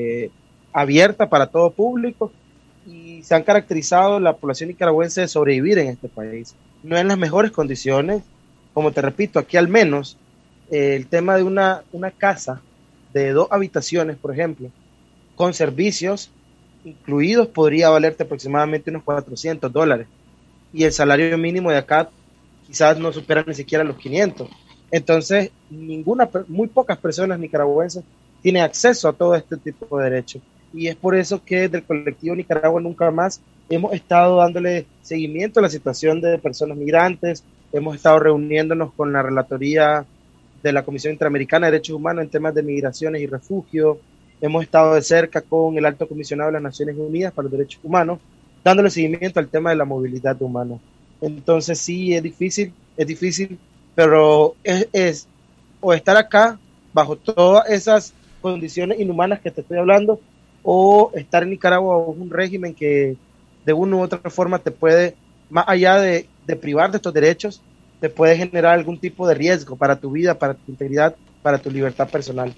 abierta para todo público, y se han caracterizado la población nicaragüense de sobrevivir en este país. No en las mejores condiciones, como te repito, aquí al menos el tema de una casa de 2 habitaciones, por ejemplo, con servicios incluidos, podría valerte aproximadamente unos $400, y el salario mínimo de acá quizás no supera ni siquiera los 500. Entonces, muy pocas personas nicaragüenses tienen acceso a todo este tipo de derechos, y es por eso que del colectivo Nicaragua Nunca Más hemos estado dándole seguimiento a la situación de personas migrantes. Hemos estado reuniéndonos con la relatoría de la Comisión Interamericana de Derechos Humanos en temas de migraciones y refugio. Hemos estado de cerca con el Alto Comisionado de las Naciones Unidas para los Derechos Humanos, dándole seguimiento al tema de la movilidad humana. Entonces sí, es difícil, pero es o estar acá bajo todas esas condiciones inhumanas que te estoy hablando, o estar en Nicaragua bajo un régimen que de una u otra forma te puede, más allá de privar de estos derechos, te puede generar algún tipo de riesgo para tu vida, para tu integridad, para tu libertad personal.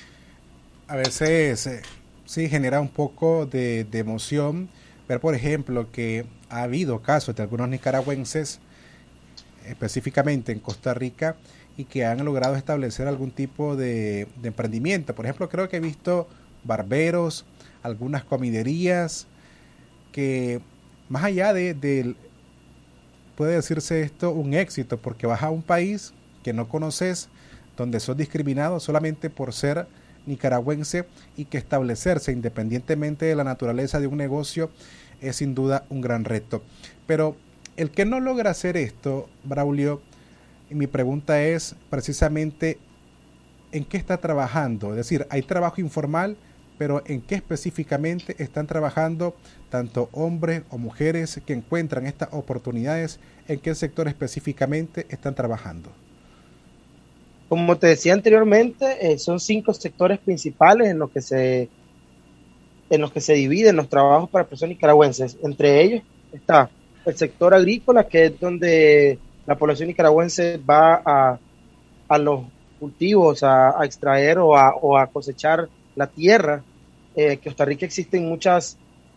A veces sí genera un poco de emoción ver, por ejemplo, que ha habido casos de algunos nicaragüenses, específicamente en Costa Rica, y que han logrado establecer algún tipo de emprendimiento. Por ejemplo, creo que he visto barberos, algunas comiderías, que más allá de puede decirse esto un éxito, porque vas a un país que no conoces, donde sos discriminado solamente por ser nicaragüense, y que establecerse independientemente de la naturaleza de un negocio es sin duda un gran reto. Pero el que no logra hacer esto, Braulio, mi pregunta es precisamente ¿en qué está trabajando? Es decir, hay trabajo informal, pero ¿en qué específicamente están trabajando tanto hombres o mujeres que encuentran estas oportunidades? ¿En qué sector específicamente están trabajando? Como te decía anteriormente, son 5 sectores principales en los que se dividen los trabajos para personas nicaragüenses. Entre ellos está el sector agrícola, que es donde la población nicaragüense va a los cultivos, a extraer o a cosechar la tierra. En Costa Rica existen muchas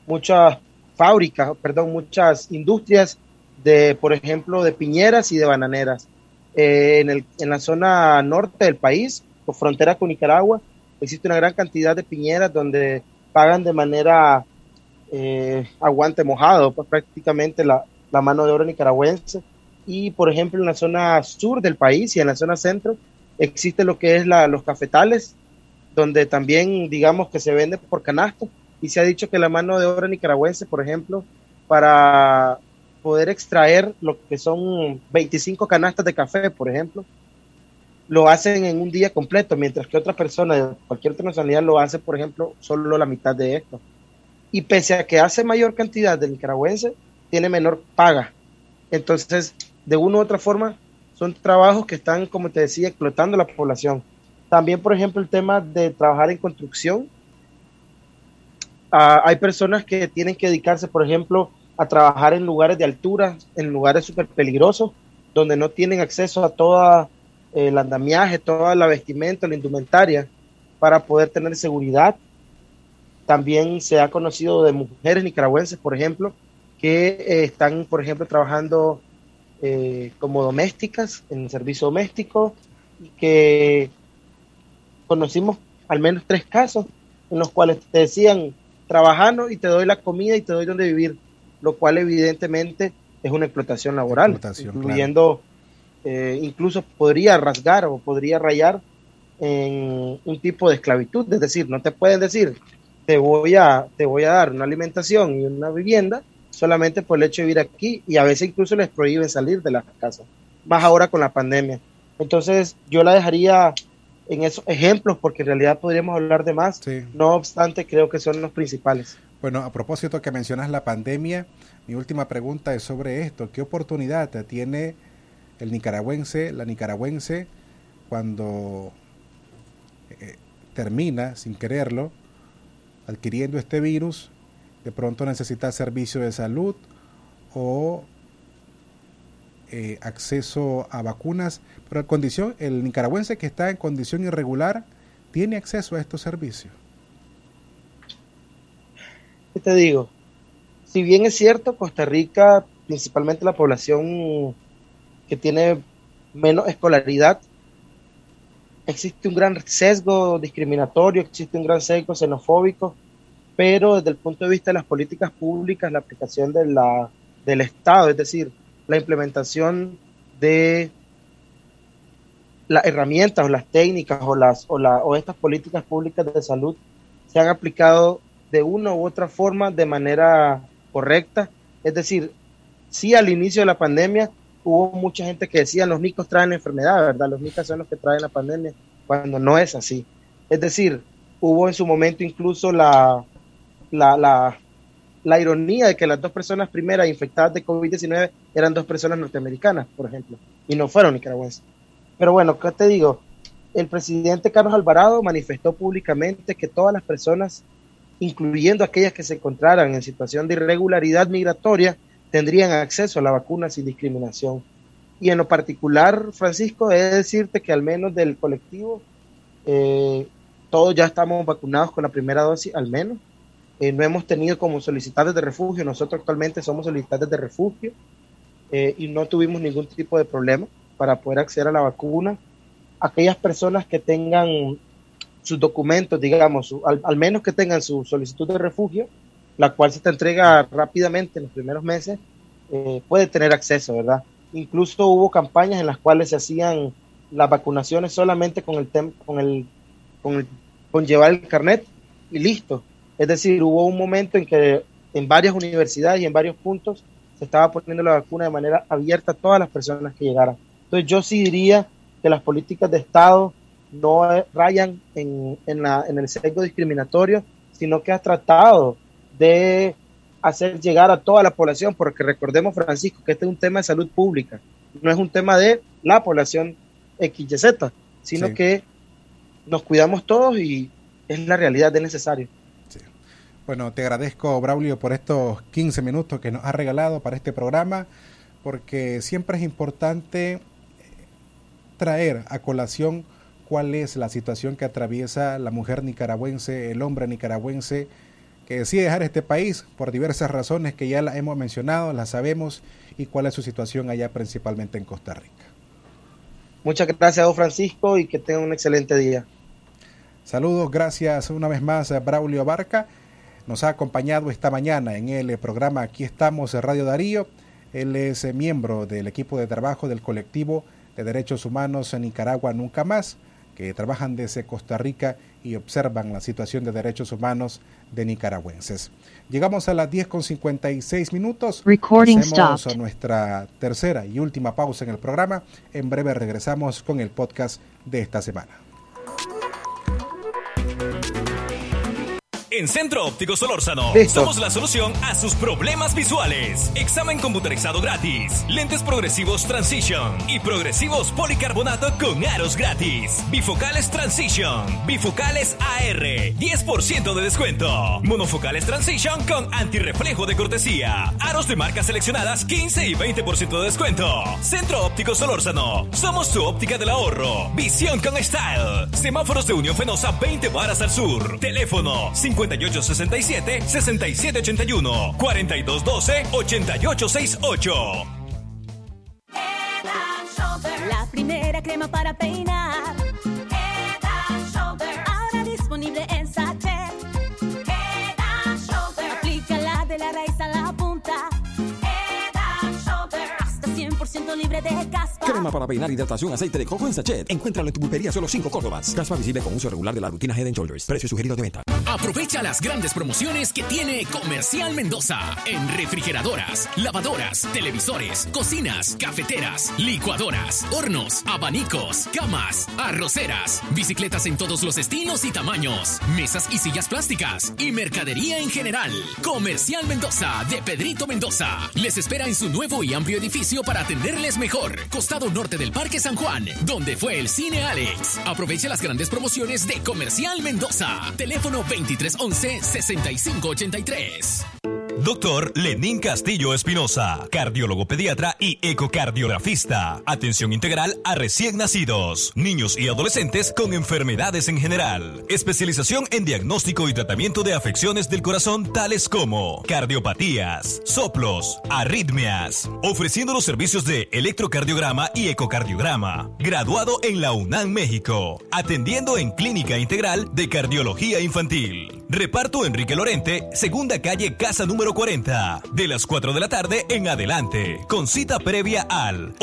muchas industrias por ejemplo, de piñeras y de bananeras. En la zona norte del país, por frontera con Nicaragua, existe una gran cantidad de piñeras donde pagan de manera aguante mojado, pues prácticamente la mano de obra nicaragüense. Y por ejemplo, en la zona sur del país y en la zona centro existe lo que es los cafetales, donde también digamos que se vende por canasto, y se ha dicho que la mano de obra nicaragüense, por ejemplo, para poder extraer lo que son 25 canastas de café, por ejemplo, lo hacen en un día completo, mientras que otra persona de cualquier otra nacionalidad lo hace, por ejemplo, solo la mitad de esto. Y pese a que hace mayor cantidad de nicaragüenses, tiene menor paga. Entonces, de una u otra forma, son trabajos que están, como te decía, explotando la población. También, por ejemplo, el tema de trabajar en construcción. Hay personas que tienen que dedicarse, por ejemplo, a trabajar en lugares de altura, en lugares súper peligrosos, donde no tienen acceso a todo el andamiaje, toda la vestimenta, la indumentaria, para poder tener seguridad. También se ha conocido de mujeres nicaragüenses, por ejemplo, que están, por ejemplo, trabajando como domésticas, en el servicio doméstico, y que conocimos al menos 3 casos en los cuales te decían, trabajando y te doy la comida y te doy donde vivir, lo cual evidentemente es una explotación laboral, incluyendo, claro. Incluso podría rasgar o podría rayar en un tipo de esclavitud. Es decir, no te pueden decir, te voy a dar una alimentación y una vivienda solamente por el hecho de vivir aquí, y a veces incluso les prohíben salir de las casas, más ahora con la pandemia. Entonces yo la dejaría en esos ejemplos, porque en realidad podríamos hablar de más. Sí. No obstante, creo que son los principales. Bueno, a propósito que mencionas la pandemia, mi última pregunta es sobre esto. ¿Qué oportunidad tiene el nicaragüense, la nicaragüense, cuando termina, sin quererlo, adquiriendo este virus, de pronto necesita servicio de salud o acceso a vacunas, pero el nicaragüense que está en condición irregular tiene acceso a estos servicios? ¿Qué te digo? Si bien es cierto, Costa Rica, principalmente la población que tiene menos escolaridad, existe un gran sesgo discriminatorio, existe un gran sesgo xenofóbico, pero desde el punto de vista de las políticas públicas, la aplicación del Estado, es decir, la implementación de las herramientas o las técnicas o estas políticas públicas de salud se han aplicado de una u otra forma de manera correcta. Es decir, sí, al inicio de la pandemia hubo mucha gente que decía los nicos traen la enfermedad, ¿verdad? Los nicos son los que traen la pandemia, cuando no es así. Es decir, hubo en su momento incluso la ironía de que las 2 personas primeras infectadas de COVID-19 eran 2 personas norteamericanas, por ejemplo, y no fueron nicaragüenses. Pero bueno, ¿qué te digo? El presidente Carlos Alvarado manifestó públicamente que todas las personas, incluyendo aquellas que se encontraran en situación de irregularidad migratoria, tendrían acceso a la vacuna sin discriminación. Y en lo particular, Francisco, he de decirte que al menos del colectivo, todos ya estamos vacunados con la primera dosis, al menos. No hemos tenido como solicitantes de refugio, nosotros actualmente somos solicitantes de refugio, y no tuvimos ningún tipo de problema para poder acceder a la vacuna. Aquellas personas que tengan sus documentos, digamos, al menos que tengan su solicitud de refugio, la cual se te entrega rápidamente en los primeros meses, puede tener acceso, ¿verdad? Incluso hubo campañas en las cuales se hacían las vacunaciones solamente con llevar el carnet y listo. Es decir, hubo un momento en que en varias universidades y en varios puntos se estaba poniendo la vacuna de manera abierta a todas las personas que llegaran. Entonces yo sí diría que las políticas de Estado no rayan en el sesgo discriminatorio, sino que ha tratado de hacer llegar a toda la población, porque recordemos, Francisco, que este es un tema de salud pública, no es un tema de la población XYZ, sino Sí. que nos cuidamos todos y es la realidad, es necesario. Bueno, te agradezco, Braulio, por estos 15 minutos que nos has regalado para este programa, porque siempre es importante traer a colación cuál es la situación que atraviesa la mujer nicaragüense, el hombre nicaragüense, que decide dejar este país por diversas razones que ya las hemos mencionado, las sabemos, y cuál es su situación allá principalmente en Costa Rica. Muchas gracias, don Francisco, y que tengan un excelente día. Saludos, gracias una vez más a Braulio Barca. Nos ha acompañado esta mañana en el programa Aquí estamos, Radio Darío. Él es miembro del equipo de trabajo del colectivo de derechos humanos en Nicaragua Nunca Más, que trabajan desde Costa Rica y observan la situación de derechos humanos de nicaragüenses. Llegamos a las 10:56. Recording Hacemos stopped. nuestra tercera y última pausa en el programa. En breve regresamos con el podcast de esta semana. En Centro Óptico Solórzano Listo. somos la solución a sus problemas visuales. Examen computerizado gratis, lentes progresivos Transition y progresivos policarbonato con aros gratis. Bifocales Transition, bifocales AR, 10% de descuento. Monofocales Transition con antirreflejo de cortesía. Aros de marcas seleccionadas 15 y 20% de descuento. Centro Óptico Solórzano, somos tu óptica del ahorro. Visión con style. Semáforos de Unión Fenosa 20 varas al sur. Teléfono 5867-6781, 4212-8868. La primera crema para peinar. Head and Shoulder. Ahora disponible en sachet. Head and Shoulder. Aplícala de la raíz a la punta. Head and Shoulder. Hasta 100% libre de caspa. Crema para peinar, hidratación, aceite de coco en sachet. Encuéntralo en tu pulpería solo 5 Córdobas. Caspa visible con uso regular de la rutina Head & Shoulders. Precio sugerido de venta. Aprovecha las grandes promociones que tiene Comercial Mendoza en refrigeradoras, lavadoras, televisores, cocinas, cafeteras, licuadoras, hornos, abanicos, camas, arroceras, bicicletas en todos los estilos y tamaños, mesas y sillas plásticas y mercadería en general. Comercial Mendoza de Pedrito Mendoza les espera en su nuevo y amplio edificio para atenderles mejor. Costado norte del Parque San Juan, donde fue el Cine Alex. Aprovecha las grandes promociones de Comercial Mendoza. Teléfono 2311-6583. Doctor Lenín Castillo Espinosa, cardiólogo pediatra y ecocardiografista. Atención integral a recién nacidos, niños y adolescentes con enfermedades en general. Especialización en diagnóstico y tratamiento de afecciones del corazón tales como cardiopatías, soplos, arritmias. Ofreciendo los servicios de electrocardiograma y ecocardiograma. Graduado en la UNAM México. Atendiendo en Clínica Integral de Cardiología Infantil. Reparto Enrique Lorente, segunda calle, casa número 40. De las 4 de la tarde en adelante. Con cita previa al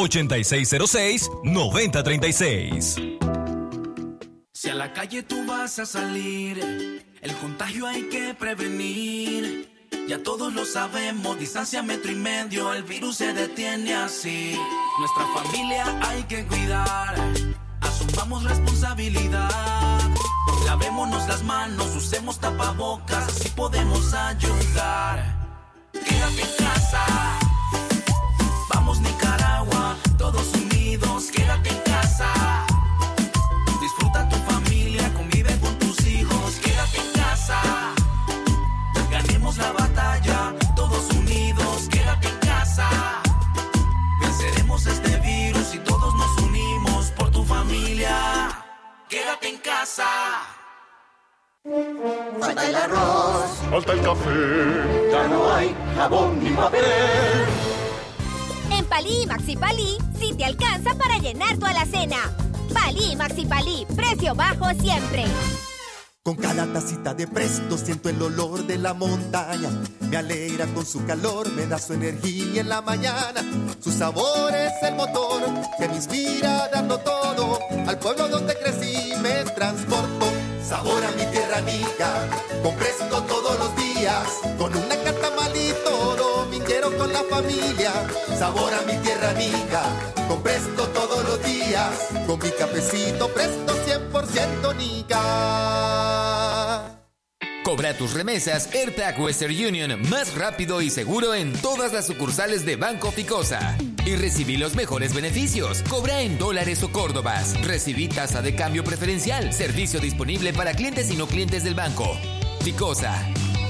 8606-9036. Si a la calle tú vas a salir, el contagio hay que prevenir. Ya todos lo sabemos, distancia 1,5 metros, el virus se detiene así. Nuestra familia hay que cuidar, asumamos responsabilidad. Lavémonos las manos, usemos tapabocas, así podemos ayudar. Quédate en casa, vamos Nicaragua, todos unidos, quédate en casa. Disfruta tu familia, convive con tus hijos, quédate en casa. Ganemos la batalla, todos unidos, quédate en casa. Venceremos este virus y todos nos unimos por tu familia. Quédate en casa. Falta el arroz, falta el café, ya no hay jabón ni papel. En Palí y Maxi Palí, sí te alcanza para llenar tu alacena. Palí y Maxi Palí, precio bajo siempre. Con cada tacita de Presto siento el olor de la montaña. Me alegra con su calor, me da su energía en la mañana. Su sabor es el motor que me inspira a darlo todo. Al pueblo donde crecí me transporto. Sabor a mi tierra nica, con Presto todos los días. Con una catamalito dominguero con la familia. Sabor a mi tierra nica, con Presto todos los días. Con mi cafecito Presto 100% nica. Cobra tus remesas AirTag Western Union más rápido y seguro en todas las sucursales de Banco Ficosa. Y recibí los mejores beneficios. Cobra en dólares o córdobas. Recibí tasa de cambio preferencial. Servicio disponible para clientes y no clientes del banco. Ficosa.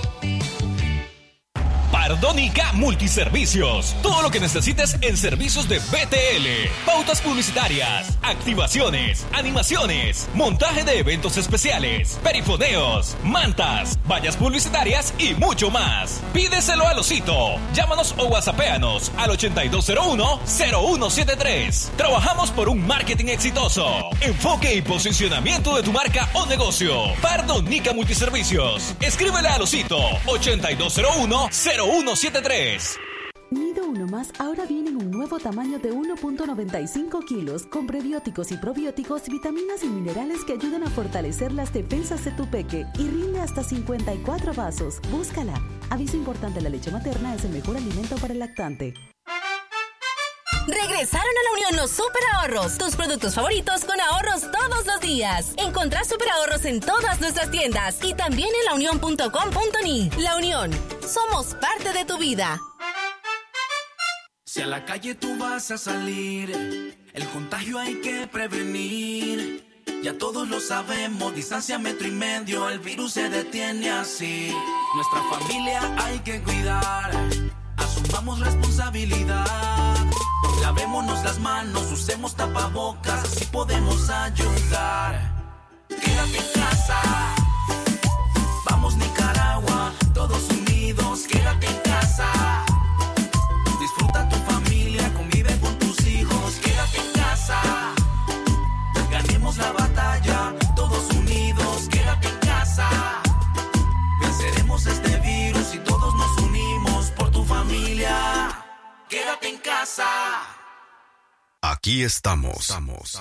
Pardónica Multiservicios. Todo lo que necesites en servicios de BTL. Pautas publicitarias, activaciones, animaciones, montaje de eventos especiales, perifoneos, mantas, vallas publicitarias y mucho más. Pídeselo a Osito. Llámanos o whatsappéanos al 8201-0173. Trabajamos por un marketing exitoso. Enfoque y posicionamiento de tu marca o negocio. Pardónica Multiservicios. Escríbele a Osito 8201-0173. Nido Uno Más ahora viene en un nuevo tamaño de 1.95 kilos con prebióticos y probióticos, vitaminas y minerales que ayudan a fortalecer las defensas de tu peque y rinde hasta 54 vasos. Búscala. Aviso importante: la leche materna es el mejor alimento para el lactante. Regresaron a la Unión los super ahorros, tus productos favoritos con ahorros todos los días. Encontrá super ahorros en todas nuestras tiendas y también en launion.com.ni. La Unión, somos parte de tu vida. Si a la calle tú vas a salir, el contagio hay que prevenir. Ya todos lo sabemos, distancia 1,5 metros, el virus se detiene así. Nuestra familia hay que cuidar, asumamos responsabilidad. Lavémonos las manos, usemos tapabocas, así podemos ayudar. Quédate en casa, vamos Nicaragua, todos unidos, quédate en casa. Disfruta tu familia, convive con tus hijos, quédate en casa. Ganemos la batalla, todos unidos, quédate en casa. Venceremos este virus y todos nos unimos por tu familia. Quédate en casa. Aquí estamos.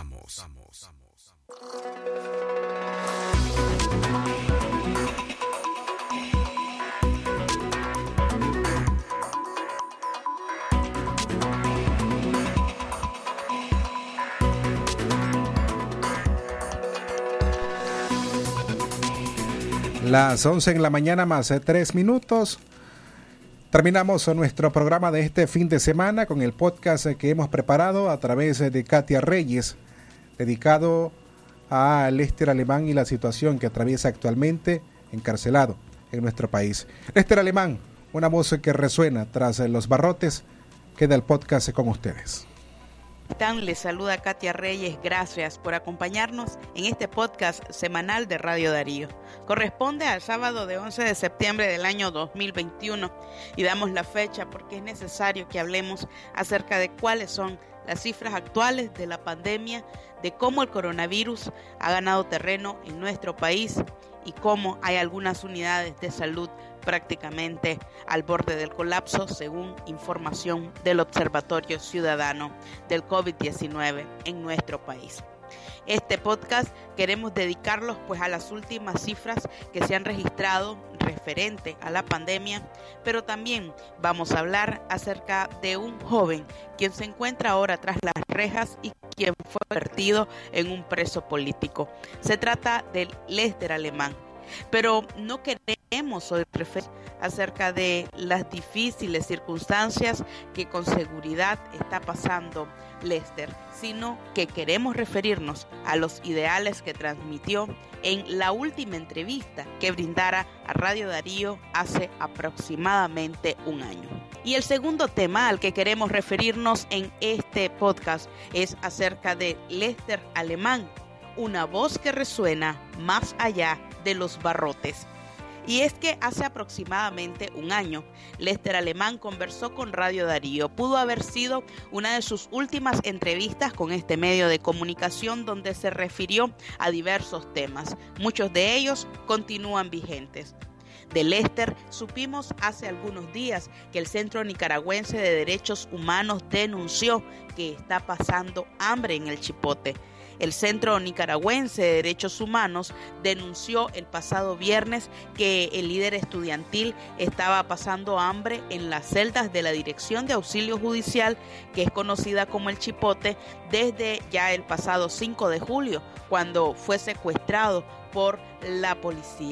Las 11 en la mañana más 3 minutos. Terminamos nuestro programa de este fin de semana con el podcast que hemos preparado a través de Katia Reyes, dedicado a Lester Alemán y la situación que atraviesa actualmente encarcelado en nuestro país. Lester Alemán, una voz que resuena tras los barrotes, queda el podcast con ustedes. Les saluda Katia Reyes, gracias por acompañarnos en este podcast semanal de Radio Darío. Corresponde al sábado de 11 de septiembre del año 2021 y damos la fecha porque es necesario que hablemos acerca de cuáles son las cifras actuales de la pandemia, de cómo el coronavirus ha ganado terreno en nuestro país y cómo hay algunas unidades de salud prácticamente al borde del colapso, según información del Observatorio Ciudadano del COVID-19 en nuestro país. Este podcast queremos dedicarlos pues a las últimas cifras que se han registrado referente a la pandemia, pero también vamos a hablar acerca de un joven quien se encuentra ahora tras las rejas y quien fue convertido en un preso político. Se trata de Lester Alemán. Pero no queremos hoy referir acerca de las difíciles circunstancias que con seguridad está pasando Lester, sino que queremos referirnos a los ideales que transmitió en la última entrevista que brindara a Radio Darío hace aproximadamente un año. Y el segundo tema al que queremos referirnos en este podcast es acerca de Lester Alemán, una voz que resuena más allá de los barrotes. Y es que hace aproximadamente un año, Lester Alemán conversó con Radio Darío. Pudo haber sido una de sus últimas entrevistas con este medio de comunicación donde se refirió a diversos temas. Muchos de ellos continúan vigentes. De Lester supimos hace algunos días que el Centro Nicaragüense de Derechos Humanos denunció que está pasando hambre en el Chipote. El Centro Nicaragüense de Derechos Humanos denunció el pasado viernes que el líder estudiantil estaba pasando hambre en las celdas de la Dirección de Auxilio Judicial, que es conocida como el Chipote, desde ya el pasado 5 de julio, cuando fue secuestrado por la policía.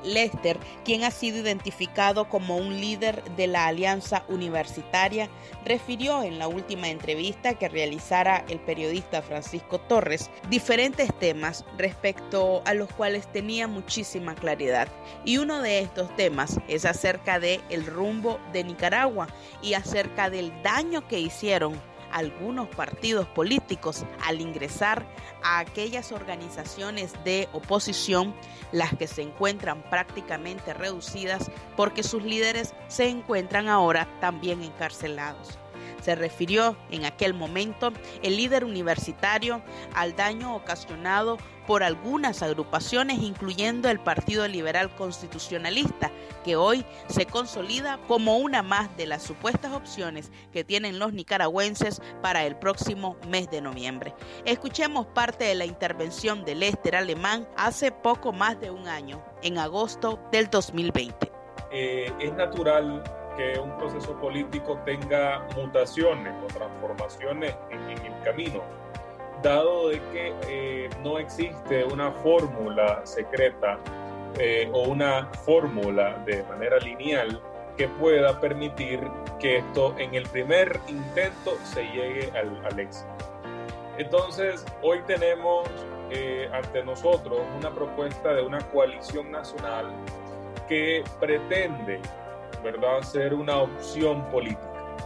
Lester, quien ha sido identificado como un líder de la Alianza Universitaria, refirió en la última entrevista que realizara el periodista Francisco Torres diferentes temas respecto a los cuales tenía muchísima claridad. Y uno de estos temas es acerca del rumbo de Nicaragua y acerca del daño que hicieron algunos partidos políticos al ingresar a aquellas organizaciones de oposición, las que se encuentran prácticamente reducidas porque sus líderes se encuentran ahora también encarcelados. Se refirió en aquel momento el líder universitario al daño ocasionado por algunas agrupaciones, incluyendo el Partido Liberal Constitucionalista, que hoy se consolida como una más de las supuestas opciones que tienen los nicaragüenses para el próximo mes de noviembre. Escuchemos parte de la intervención de Lester Alemán hace poco más de un año, en agosto del 2020. Es natural que un proceso político tenga mutaciones o transformaciones en el camino, dado de que no existe una fórmula secreta o una fórmula de manera lineal que pueda permitir que esto en el primer intento se llegue al éxito. Entonces, hoy tenemos ante nosotros una propuesta de una coalición nacional que pretende, ¿verdad?, ser una opción política.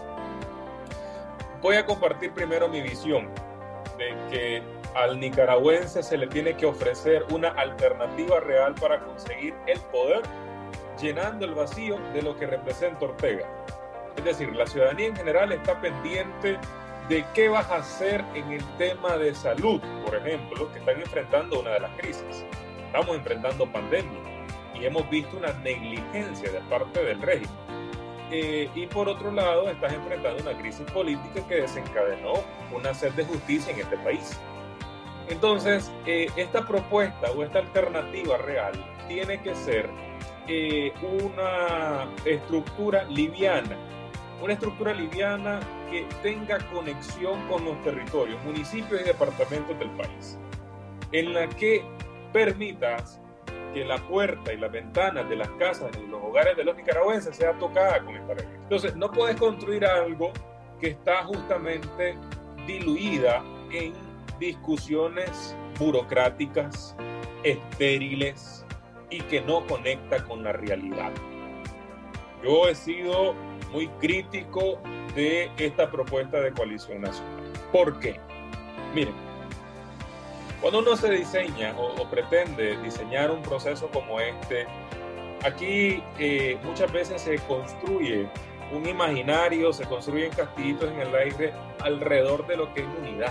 Voy a compartir primero mi visión de que al nicaragüense se le tiene que ofrecer una alternativa real para conseguir el poder, llenando el vacío de lo que representa Ortega. Es decir, la ciudadanía en general está pendiente de qué vas a hacer en el tema de salud, por ejemplo, que están enfrentando una de las crisis. Estamos enfrentando pandemia y hemos visto una negligencia de parte del régimen. Y por otro lado, estás enfrentando una crisis política que desencadenó una sed de justicia en este país. Entonces, esta propuesta o esta alternativa real tiene que ser una estructura liviana que tenga conexión con los territorios, municipios y departamentos del país, en la que permitas que la puerta y las ventanas de las casas y los hogares de los nicaragüenses sea tocada con esta regla. Entonces, no puedes construir algo que está justamente diluida en discusiones burocráticas, estériles y que no conecta con la realidad. Yo he sido muy crítico de esta propuesta de coalición nacional. ¿Por qué? Miren, cuando uno se diseña o pretende diseñar un proceso como este, aquí muchas veces se construye un imaginario, se construyen castillitos en el aire alrededor de lo que es unidad.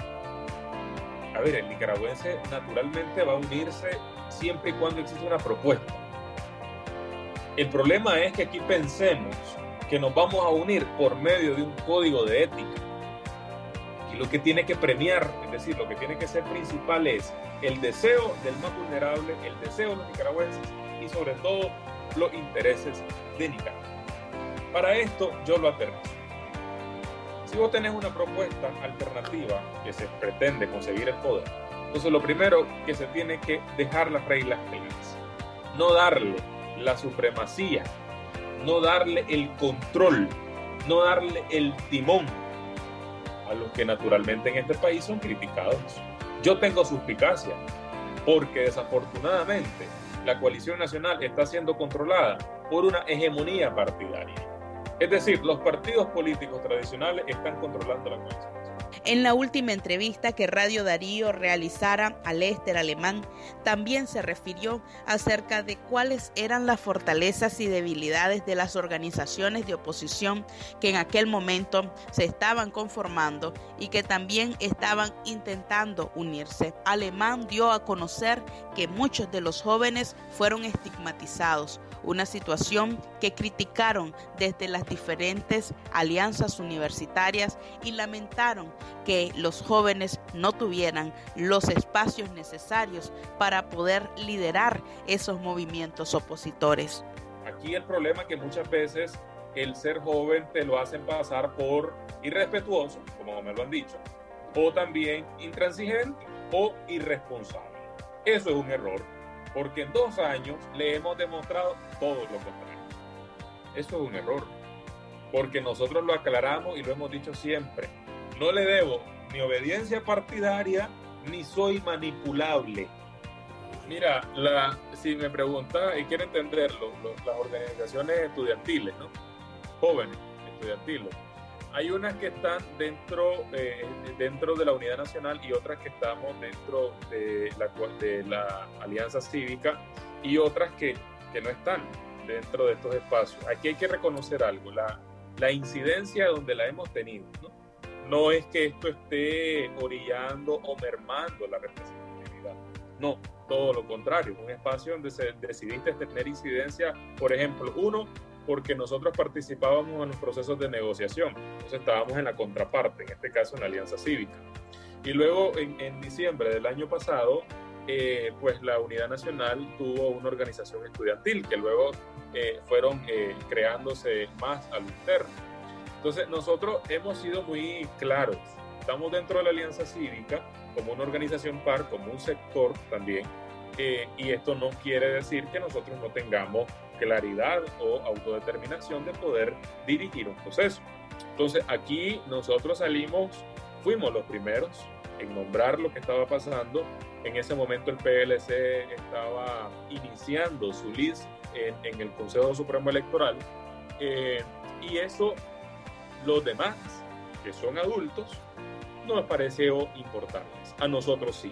A ver, el nicaragüense naturalmente va a unirse siempre y cuando exista una propuesta. El problema es que aquí pensemos que nos vamos a unir por medio de un código de ética. Y lo que tiene que premiar, es decir, lo que tiene que ser principal es el deseo del más vulnerable, el deseo de los nicaragüenses y sobre todo los intereses de Nicaragua. Para esto yo lo aterrizo. Si vos tenés una propuesta alternativa que se pretende conseguir el poder, entonces lo primero que se tiene que dejar las reglas claras. No darle la supremacía, no darle el control, no darle el timón a los que naturalmente en este país son criticados. Yo tengo suspicacia porque desafortunadamente la coalición nacional está siendo controlada por una hegemonía partidaria. Es decir, los partidos políticos tradicionales están controlando la coalición. En la última entrevista que Radio Darío realizara a Lester Alemán, también se refirió acerca de cuáles eran las fortalezas y debilidades de las organizaciones de oposición que en aquel momento se estaban conformando y que también estaban intentando unirse. Alemán dio a conocer que muchos de los jóvenes fueron estigmatizados, una situación que criticaron desde las diferentes alianzas universitarias y lamentaron que los jóvenes no tuvieran los espacios necesarios para poder liderar esos movimientos opositores. Aquí el problema es que muchas veces el ser joven te lo hacen pasar por irrespetuoso, como me lo han dicho, o también intransigente o irresponsable. Eso es un error. porque en 2 años le hemos demostrado todo lo contrario. Eso es un error, porque nosotros lo aclaramos y lo hemos dicho siempre. No le debo ni obediencia partidaria, ni soy manipulable. Mira, si me preguntas y quiere entenderlo, las organizaciones estudiantiles, ¿no? Jóvenes estudiantiles, hay unas que están dentro de la Unidad Nacional y otras que estamos dentro de la Alianza Cívica y otras que no están dentro de estos espacios. Aquí hay que reconocer algo, la incidencia donde la hemos tenido, ¿no? No es que esto esté orillando o mermando la representatividad, no, todo lo contrario, un espacio donde decidiste tener incidencia, por ejemplo, porque nosotros participábamos en los procesos de negociación, entonces estábamos en la contraparte, en este caso en la Alianza Cívica. Y luego en diciembre del año pasado, pues la Unidad Nacional tuvo una organización estudiantil que luego fueron creándose más al interno. Entonces nosotros hemos sido muy claros, estamos dentro de la Alianza Cívica como una organización par, como un sector también, y esto no quiere decir que nosotros no tengamos claridad o autodeterminación de poder dirigir un proceso. Entonces aquí nosotros fuimos los primeros en nombrar lo que estaba pasando. En ese momento el PLC estaba iniciando su list en el Consejo Supremo Electoral, y eso los demás, que son adultos, no les pareció importarles. A nosotros sí.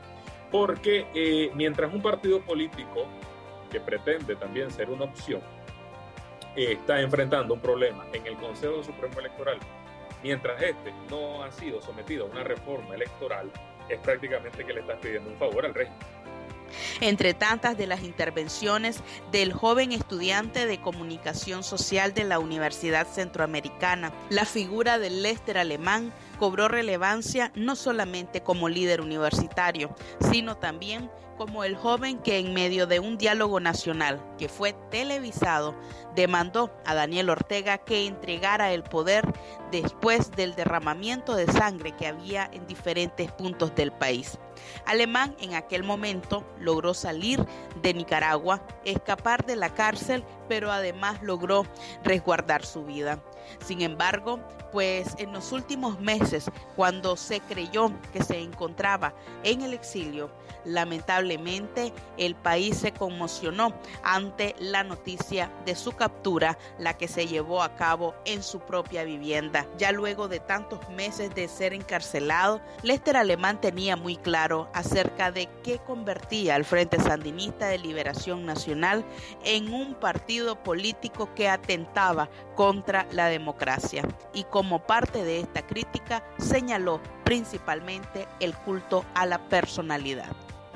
Porque mientras un partido político que pretende también ser una opción está enfrentando un problema en el Consejo Supremo Electoral, mientras este no ha sido sometido a una reforma electoral, es prácticamente que le estás pidiendo un favor al régimen. Entre tantas de las intervenciones del joven estudiante de comunicación social de la Universidad Centroamericana, la figura de Lester Alemán cobró relevancia no solamente como líder universitario, sino también como el joven que en medio de un diálogo nacional que fue televisado, demandó a Daniel Ortega que entregara el poder después del derramamiento de sangre que había en diferentes puntos del país. Alemán en aquel momento logró salir de Nicaragua, escapar de la cárcel, pero además logró resguardar su vida. Sin embargo, pues en los últimos meses, cuando se creyó que se encontraba en el exilio, lamentablemente el país se conmocionó ante la noticia de su captura, la que se llevó a cabo en su propia vivienda. Ya luego de tantos meses de ser encarcelado, Lester Alemán tenía muy claro acerca de qué convertía al Frente Sandinista de Liberación Nacional en un partido político que atentaba contra la democracia. Y como parte de esta crítica, señaló principalmente el culto a la personalidad.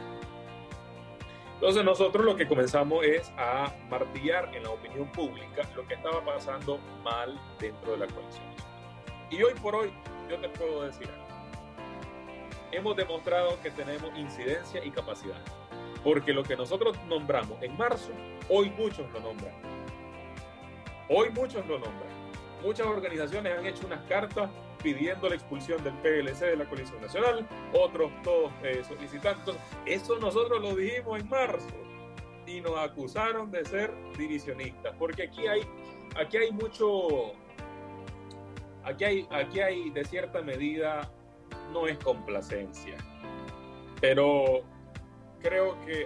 Entonces nosotros lo que comenzamos es a martillar en la opinión pública lo que estaba pasando mal dentro de la coalición. Y hoy por hoy yo te puedo decir algo. Hemos demostrado que tenemos incidencia y capacidad. Porque lo que nosotros nombramos en marzo, hoy muchos lo nombran. Hoy muchos lo nombran. Muchas organizaciones han hecho unas cartas pidiendo la expulsión del PLC de la Coalición Nacional, otros todos solicitando. Entonces, eso nosotros lo dijimos en marzo y nos acusaron de ser divisionistas, porque aquí hay mucho, aquí hay de cierta medida, no es complacencia, pero creo que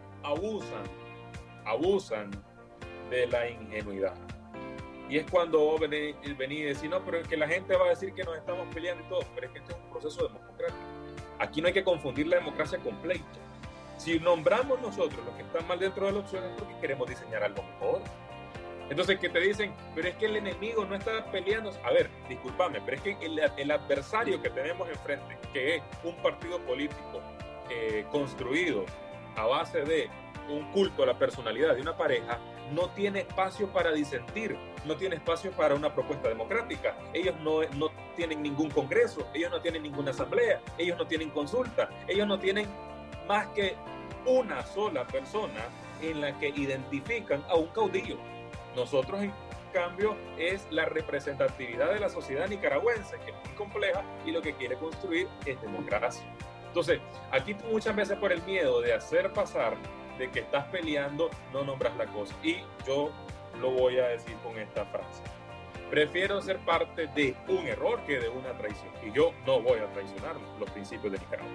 abusan de la ingenuidad. Y es cuando venir y decir, no, pero es que la gente va a decir que nos estamos peleando y todo, pero es que esto es un proceso democrático. Aquí no hay que confundir la democracia con pleito. Si nombramos nosotros los que están mal dentro de la opción es porque queremos diseñar algo mejor. Entonces, que te dicen, pero es que el enemigo no está peleando. A ver, discúlpame, pero es que el adversario que tenemos enfrente, que es un partido político construido a base de un culto a la personalidad de una pareja, no tiene espacio para disentir, no tiene espacio para una propuesta democrática. Ellos no tienen ningún congreso, ellos no tienen ninguna asamblea, ellos no tienen consulta, ellos no tienen más que una sola persona en la que identifican a un caudillo. Nosotros, en cambio, es la representatividad de la sociedad nicaragüense, que es muy compleja y lo que quiere construir es democracia. Entonces, aquí muchas veces por el miedo de hacer pasar de que estás peleando, no nombras la cosa. Y yo lo voy a decir con esta frase: prefiero ser parte de un error que de una traición. Y yo no voy a traicionar los principios de Nicaragua.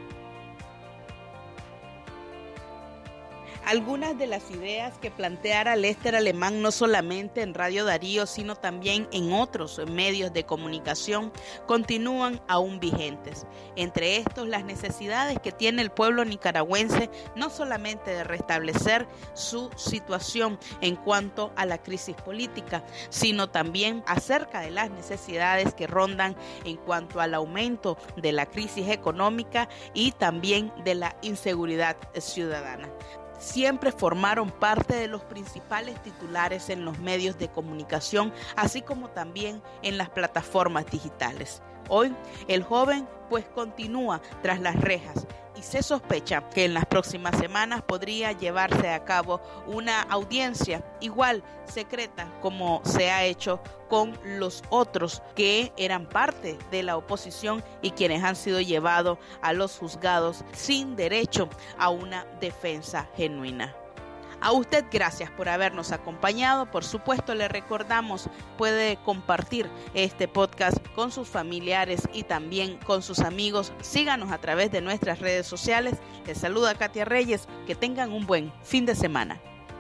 Algunas de las ideas que planteara Lester Alemán no solamente en Radio Darío, sino también en otros medios de comunicación, continúan aún vigentes. Entre estos, las necesidades que tiene el pueblo nicaragüense, no solamente de restablecer su situación en cuanto a la crisis política, sino también acerca de las necesidades que rondan en cuanto al aumento de la crisis económica y también de la inseguridad ciudadana. Siempre formaron parte de los principales titulares en los medios de comunicación, así como también en las plataformas digitales. Hoy, el joven pues continúa tras las rejas y se sospecha que en las próximas semanas podría llevarse a cabo una audiencia igual secreta como se ha hecho con los otros que eran parte de la oposición y quienes han sido llevados a los juzgados sin derecho a una defensa genuina. A usted, gracias por habernos acompañado. Por supuesto, le recordamos, puede compartir este podcast con sus familiares y también con sus amigos. Síganos a través de nuestras redes sociales. Les saluda Katia Reyes. Que tengan un buen fin de semana.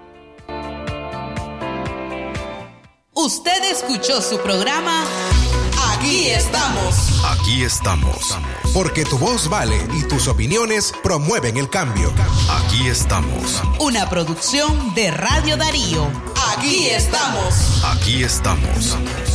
Usted escuchó su programa Aquí estamos. Aquí estamos. Porque tu voz vale y tus opiniones promueven el cambio. Aquí estamos. Una producción de Radio Darío. Aquí estamos. Aquí estamos.